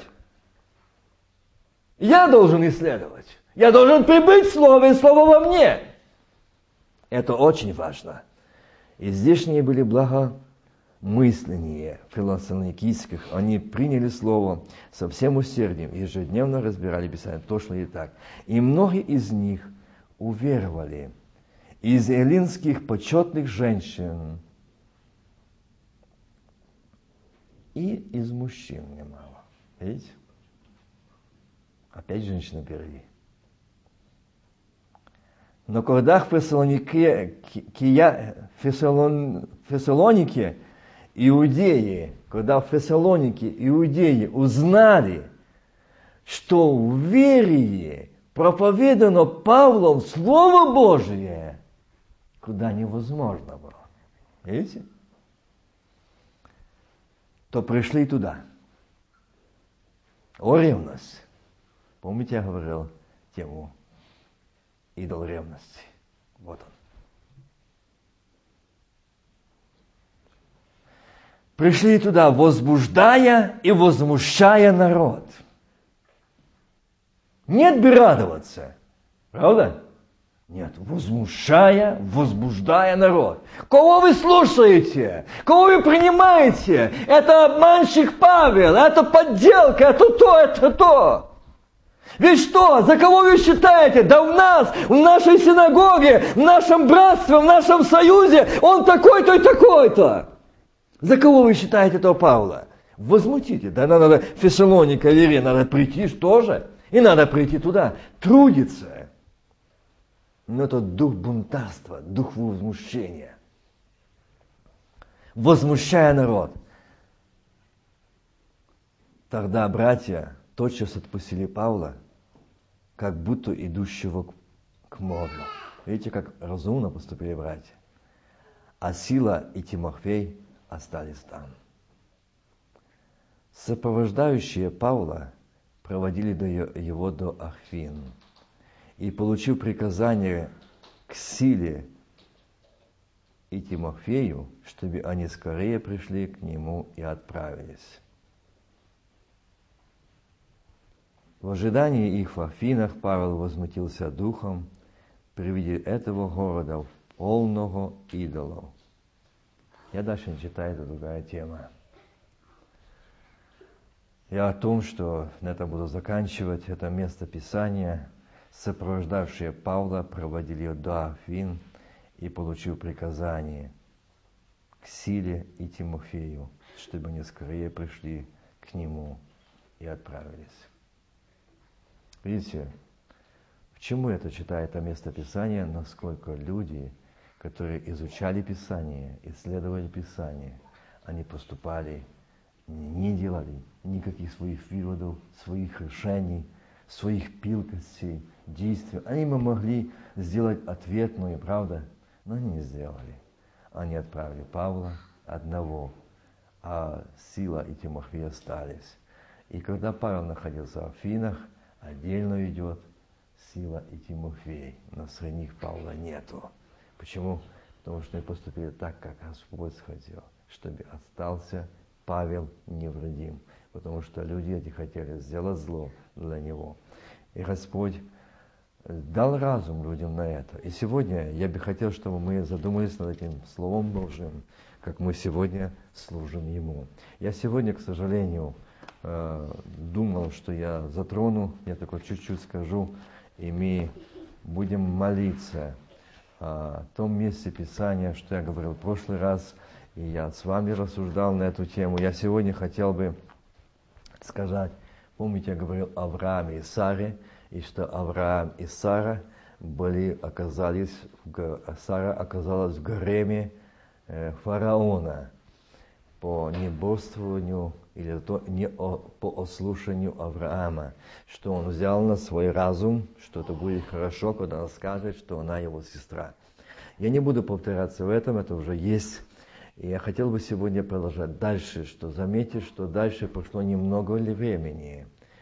Я должен исследовать. Я должен прибыть в Слово, и Слово во мне. Это очень важно. И здешние были благомысленнее фессалоникийских. Они приняли Слово со всем усердием, ежедневно разбирали Писание. То шло и так. И многие из них уверовали. Из эллинских почетных женщин и из мужчин немало. Видите? Опять женщина впереди. Но когда в Фессалонике иудеи, когда в Фессалонике иудеи узнали, что в вере проповедано Павлом Слово Божие, куда невозможно было, видите, то пришли туда. О, ревность. Помните, я говорил тему идол ревности. Вот он. Пришли туда, возбуждая и возмущая народ. Нет бы радоваться. Правда? Нет, возмущая, возбуждая народ. Кого вы слушаете? Кого вы принимаете? Это обманщик Павел, это подделка, это то, это то. Ведь что? За кого вы считаете? Да в нас, в нашей синагоге, в нашем братстве, в нашем союзе, он такой-то и такой-то. За кого вы считаете этого Павла? Возмутите. Да надо Фессалоника, Вере, надо прийти тоже. И надо прийти туда, трудиться. Но это дух бунтарства, дух возмущения. Возмущая народ. Тогда братья тотчас отпустили Павла, как будто идущего к морю. Видите, как разумно поступили братья. А Сила и Тимофей остались там. Сопровождающие Павла проводили его до Афин. И, получив приказание к Силе и Тимофею, чтобы они скорее пришли к нему и отправились. В ожидании их в Афинах Павел возмутился духом при виде этого города, полного идолов. Я дальше не читаю, это другая тема. Я о том, что на этом буду заканчивать. Это место Писания. Сопровождавшие Павла проводили его до Афин и, получив приказание к Силе и Тимофею, чтобы они скорее пришли к нему и отправились. Видите, почему это читает это место Писания, насколько люди, которые изучали Писание, исследовали Писание, они поступали, не делали никаких своих выводов, своих решений, своих пылкостей, действий. Они бы могли сделать ответную, правда, но они не сделали. Они отправили Павла одного, а Сила и Тимофей остались. И когда Павел находился в Афинах, отдельно идет Сила и Тимофей, но среди них Павла нету. Почему? Потому что они поступили так, как Господь хотел, чтобы остался Павел невредим. Потому что люди эти хотели сделать зло для него. И Господь дал разум людям на это. И сегодня я бы хотел, чтобы мы задумались над этим Словом Божьим, как мы сегодня служим Ему. Я сегодня, к сожалению, думал, что я затрону, я только чуть-чуть скажу, и мы будем молиться о том месте Писания, что я говорил в прошлый раз, и я с вами рассуждал на эту тему. Я сегодня хотел бы сказать, помните, я говорил о Аврааме и Саре, и что Авраам и Сара Сара оказалась в гареме фараона по небоствованию или по ослушанию Авраама, что он взял на свой разум, что это будет хорошо, когда он скажет, что она его сестра. Я не буду повторяться в этом, это уже есть. И я хотел бы сегодня продолжать дальше, что заметьте, что дальше прошло немного времени.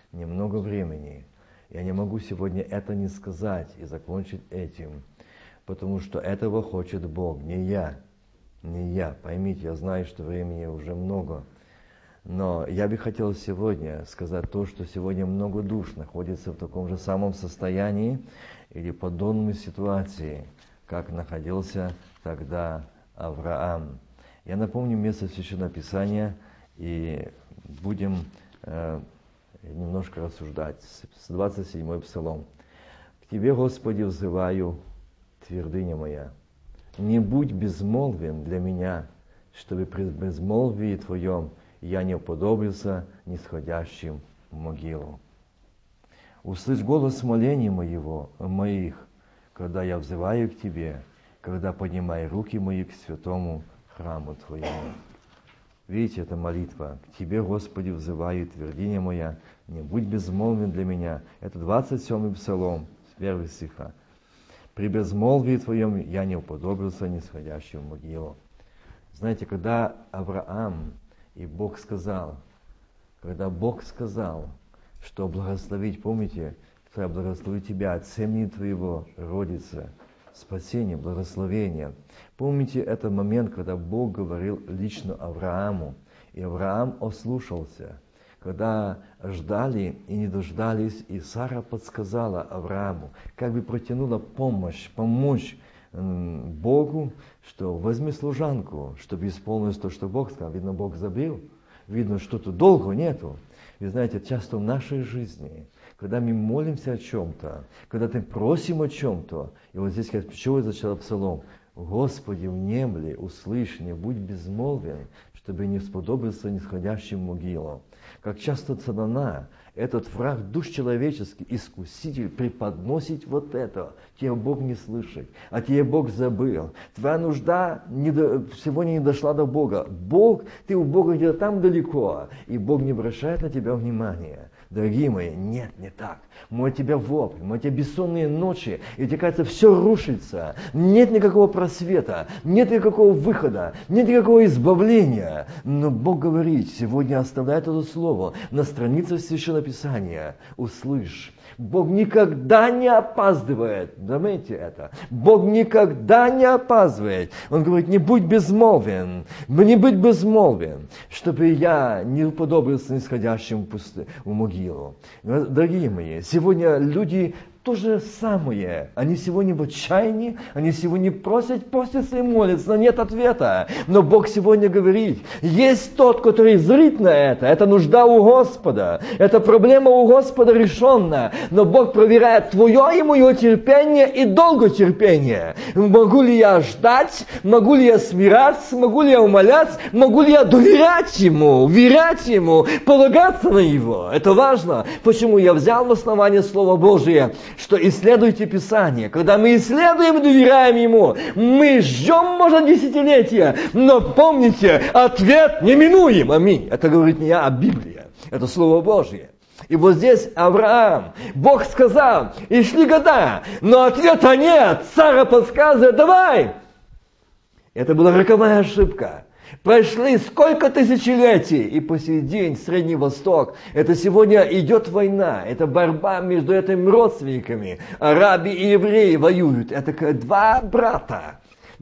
Я не могу сегодня это не сказать и закончить этим, потому что этого хочет Бог, не я. не я. Поймите, я знаю, что времени уже много. Но я бы хотел сегодня сказать то, что сегодня много душ находится в таком же самом состоянии или подобной ситуации, как находился тогда Авраам. Я напомню место Священного Писания и будем немножко рассуждать. 27-й Псалом. «К Тебе, Господи, взываю, твердыня моя. Не будь безмолвен для меня, чтобы при безмолвии Твоем я не уподобился нисходящим в могилу. Услышь голос молений моих, когда я взываю к Тебе, когда поднимаю руки мои к святому храму Твоему». Видите, это молитва. «К Тебе, Господи, взываю, твердыня моя, не будь безмолвен для меня». Это 27-й Псалом, с 1 стиха. «При безмолвии Твоем я не уподобился нисходящему в могилу». Знаете, когда Авраам и Бог сказал, что благословить, помните, что я благословлю тебя от семени твоего родится спасение, благословение. Помните этот момент, когда Бог говорил лично Аврааму, и Авраам ослушался. Когда ждали и не дождались, и Сара подсказала Аврааму, как бы протянула помощь Богу, что возьми служанку, чтобы исполнилось то, что Бог сказал. Видно, Бог забил, видно, что-то долго нету. Вы знаете, часто в нашей жизни, когда мы молимся о чем-то, когда мы просим о чем-то, и вот здесь, как почему я зачал Псалом, «Господи, внемли, услышь, не будь безмолвен, чтобы не сподобился нисходящим могилам». Как часто сатана, этот враг душ человеческий, искуситель, преподносит вот это. Тебя Бог не слышит, а тебе Бог забыл. Твоя нужда сегодня не дошла до Бога. Ты у Бога где-то там далеко, и Бог не обращает на тебя внимания. Дорогие мои, нет, не так. Мой тебя вопль, мой тебя бессонные ночи, и тебе кажется, все рушится. Нет никакого просвета, нет никакого выхода, нет никакого избавления. Но Бог говорит, сегодня оставляет это слово на странице Священного Писания. Услышь. Бог никогда не опаздывает. Заметьте это. Бог никогда не опаздывает. Он говорит, не будь безмолвен, чтобы я не уподобился нисходящим в могилу. Дорогие мои, сегодня люди то же самое. Они сегодня в отчаянии, они сегодня просят, постятся и молятся, но нет ответа. Но Бог сегодня говорит, есть тот, который зрит на это нужда у Господа, это проблема у Господа решенная. Но Бог проверяет твое и мое терпение и долготерпение. Могу ли я ждать, могу ли я смиряться, могу ли я умоляться, могу ли я доверять Ему, верять Ему, полагаться на Его. Это важно. Почему я взял в основание Слово Божие, что исследуйте Писание. Когда мы исследуем и доверяем Ему, мы ждем, может, десятилетия, но помните, ответ неминуем. Аминь. Это говорит не я, а Библия. Это Слово Божье. И вот здесь Авраам, Бог сказал, и шли года, но ответа нет. Сара подсказывает, давай. Это была роковая ошибка. Прошли сколько тысячелетий, и по сей день Средний Восток, это сегодня идет война, это борьба между этими родственниками. Араби и евреи воюют. Это как два брата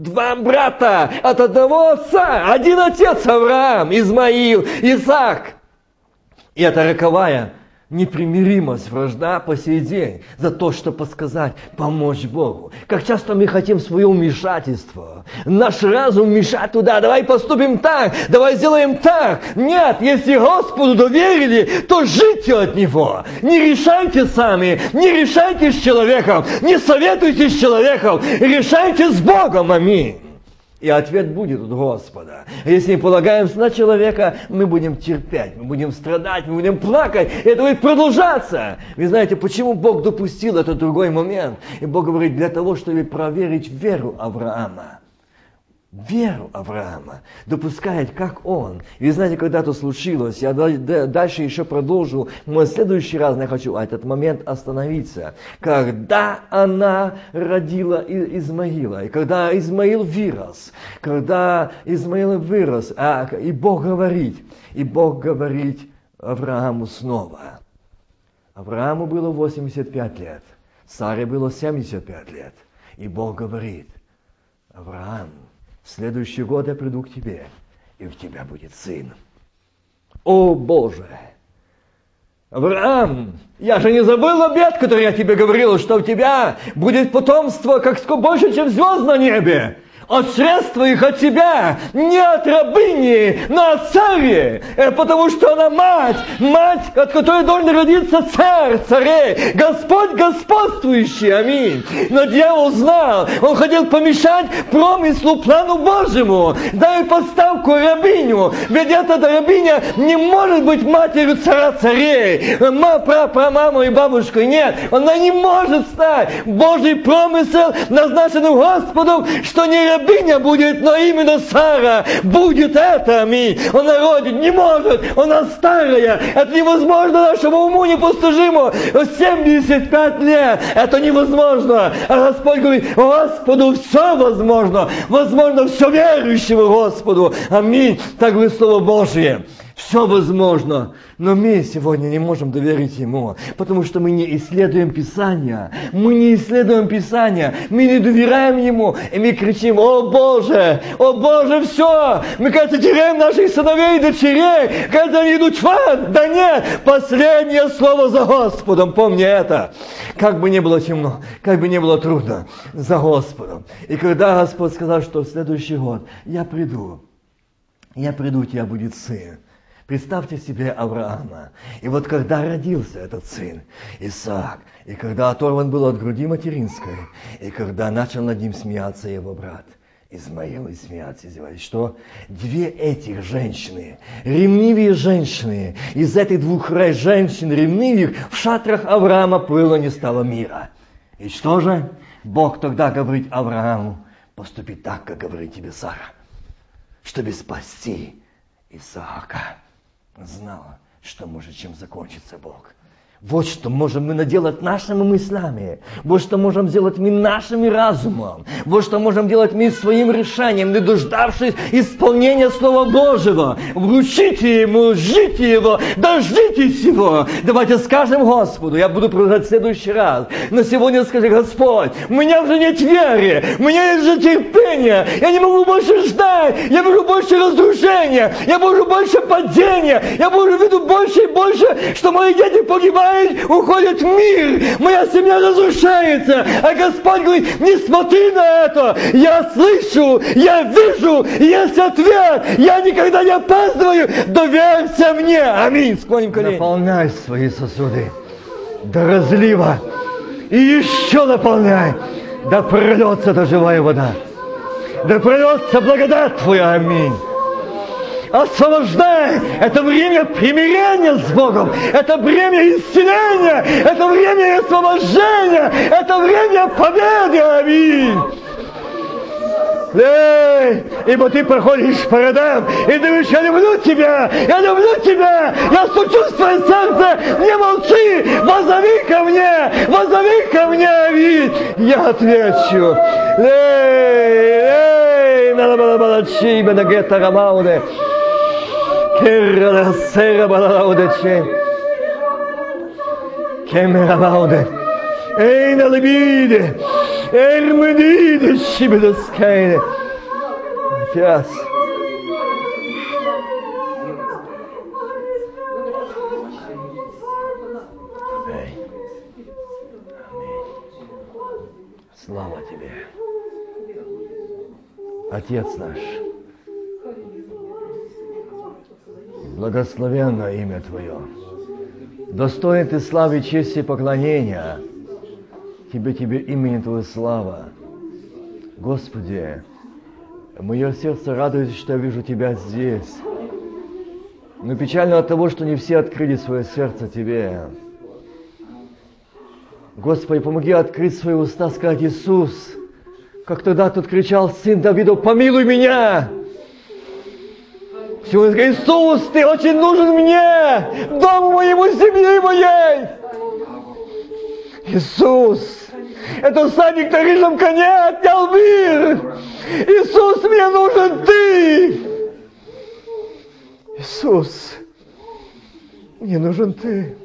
от одного отца, один отец Авраам, Измаил, Исаак. И это роковая непримиримость, вражда по сей день за то, чтобы подсказать, помочь Богу. Как часто мы хотим свое вмешательство, наш разум вмешать туда, давай поступим так, давай сделаем так. Нет, если Господу доверили, то жите от Него. Не решайте сами, не решайте с человеком, не советуйтесь с человеком, решайте с Богом. Аминь. И ответ будет от Господа. Если мы полагаемся на человека, мы будем терпеть, мы будем страдать, мы будем плакать. И это будет продолжаться. Вы знаете, почему Бог допустил этот другой момент? И Бог говорит, для того, чтобы проверить веру Авраама. Веру Авраама. Допускает, как он. И вы знаете, когда это случилось, я дальше еще продолжу. Но в следующий раз я хочу этот момент остановиться. Когда она родила Измаила, и когда Измаил вырос, и Бог говорит Аврааму снова. Аврааму было 85 лет, Саре было 75 лет. И Бог говорит, Авраам, В следующий год я приду к тебе, и у тебя будет сын. О Боже! Авраам, я же не забыл обет, который я тебе говорил, что у тебя будет потомство, как больше, чем звезд на небе. От средства их от тебя, не от рабыни, но от цари, потому что она мать, от которой должен родиться царь, царей, Господь господствующий, аминь. Но дьявол знал, он хотел помешать промыслу, плану Божьему, дай подставку рабыню, ведь эта рабыня не может быть матерью царя царей, мамой и бабушкой, нет, она не может стать. Божий промысел назначен Господом, что не рабыня будет, но именно Сара будет это, аминь. Она родит, не может, она старая, это невозможно нашему уму непостижимо. 75 лет, это невозможно. А Господь говорит, Господу все возможно, возможно все верующему Господу, аминь. Так говорит Слово Божие. Все возможно, но мы сегодня не можем доверить Ему, потому что мы не исследуем Писания, мы не доверяем Ему, и мы кричим, о Боже, все, мы, кажется, теряем наших сыновей и дочерей, кажется, они идут в ад, да нет, последнее слово за Господом, помни это, как бы ни было темно, как бы ни было трудно, за Господом. И когда Господь сказал, что в следующий год я приду, у тебя будет сын. Представьте себе Авраама. И вот когда родился этот сын, Исаак, и когда оторван был от груди материнской, и когда начал над ним смеяться его брат Измаил, и смеяться, издеваясь, что две этих женщины, ревнивые женщины, из этих двух женщин ревнивых в шатрах Авраама было не стало мира. И что же? Бог тогда говорит Аврааму, поступи так, как говорит тебе Сара, чтобы спасти Исаака. Знала, что может чем закончиться Бог. Вот что можем мы наделать нашими мыслями. Вот что можем сделать мы нашим разумом. Вот что можем делать мы своим решением, не дождавшись исполнения Слова Божьего. Вручите Ему, ждите Его, дождитесь Его. Давайте скажем Господу, я буду продолжать в следующий раз. Но сегодня скажи, Господь, у меня уже нет веры, у меня нет же терпения, я не могу больше ждать, я вижу больше разрушения, я вижу больше падения, я вижу больше и больше, что мои дети погибают, уходит в мир, моя семья разрушается, а Господь говорит, не смотри на это, я слышу, я вижу, есть ответ, я никогда не опаздываю, доверься мне, аминь, склоним колени. Наполняй свои сосуды до разлива и еще наполняй, да прольется эта живая вода, да прольется благодать Твоя, аминь. Освобождай! Это время примирения с Богом, это время исцеления, это время освобождения, это время победы, аминь! Ибо ты проходишь по родам и думаешь, я люблю тебя, я стучу в твое сердце, не молчи, воззови ко мне, аминь! Я отвечу, Kerra sera balaudeche, kemera baude, eine libide, ermedide shibedaskene. Yes. Аминь. Слава Тебе, Отец наш. Благословенно имя Твое. Достоин Ты славы, чести и поклонения. Тебе имени Твое слава. Господи, мое сердце радуется, что я вижу Тебя здесь. Но печально от того, что не все открыли свое сердце Тебе. Господи, помоги открыть свои уста, сказать Иисус, как тогда тут кричал сын Давидов, помилуй меня! Сегодня Иисус, Ты очень нужен мне, дому моему, семье моей. Иисус, это всадник на рыжем коне отнял мир. Иисус, мне нужен Ты. Иисус, мне нужен Ты.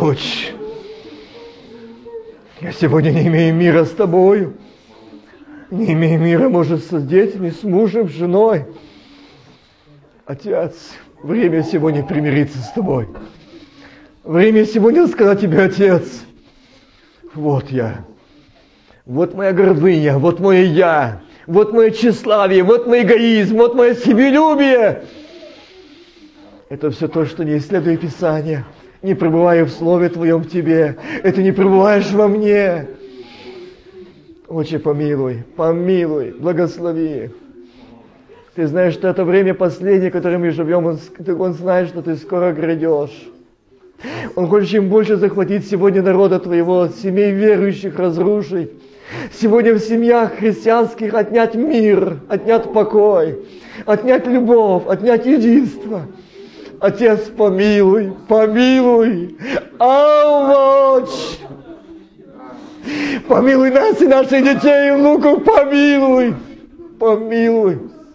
Я сегодня не имею мира с Тобою. Не имея мира, может, с детьми, с мужем, с женой. Отец, время сегодня примириться с тобой. Время сегодня сказать тебе, Отец, вот я. Вот моя гордыня, вот мое я, вот мое тщеславие, вот мой эгоизм, вот мое себелюбие. Это все то, что не исследуя Писания, не пребывая в Слове Твоем Тебе. Это не пребываешь во мне. Отче, помилуй, помилуй, благослови. Ты знаешь, что это время последнее, в котором мы живем. Он знает, что Ты скоро грядешь. Он хочет чем больше захватить сегодня народа Твоего, семей верующих разрушить. Сегодня в семьях христианских отнять мир, отнять покой, отнять любовь, отнять единство. Отец, помилуй, помилуй, помочь. Помилуй нас и наших детей и внуков, помилуй, помилуй.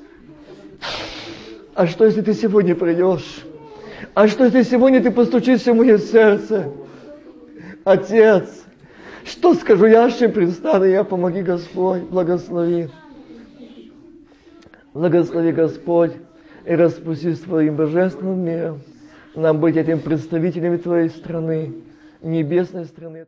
А что, если Ты сегодня придешь? А что, если сегодня Ты постучишься в мое сердце? Отец, что скажу я, с чем предстану я? Помоги, Господь, благослови. Благослови, Господь, и распусти Твоим божественным миром нам быть этим представителями Твоей страны, небесной страны.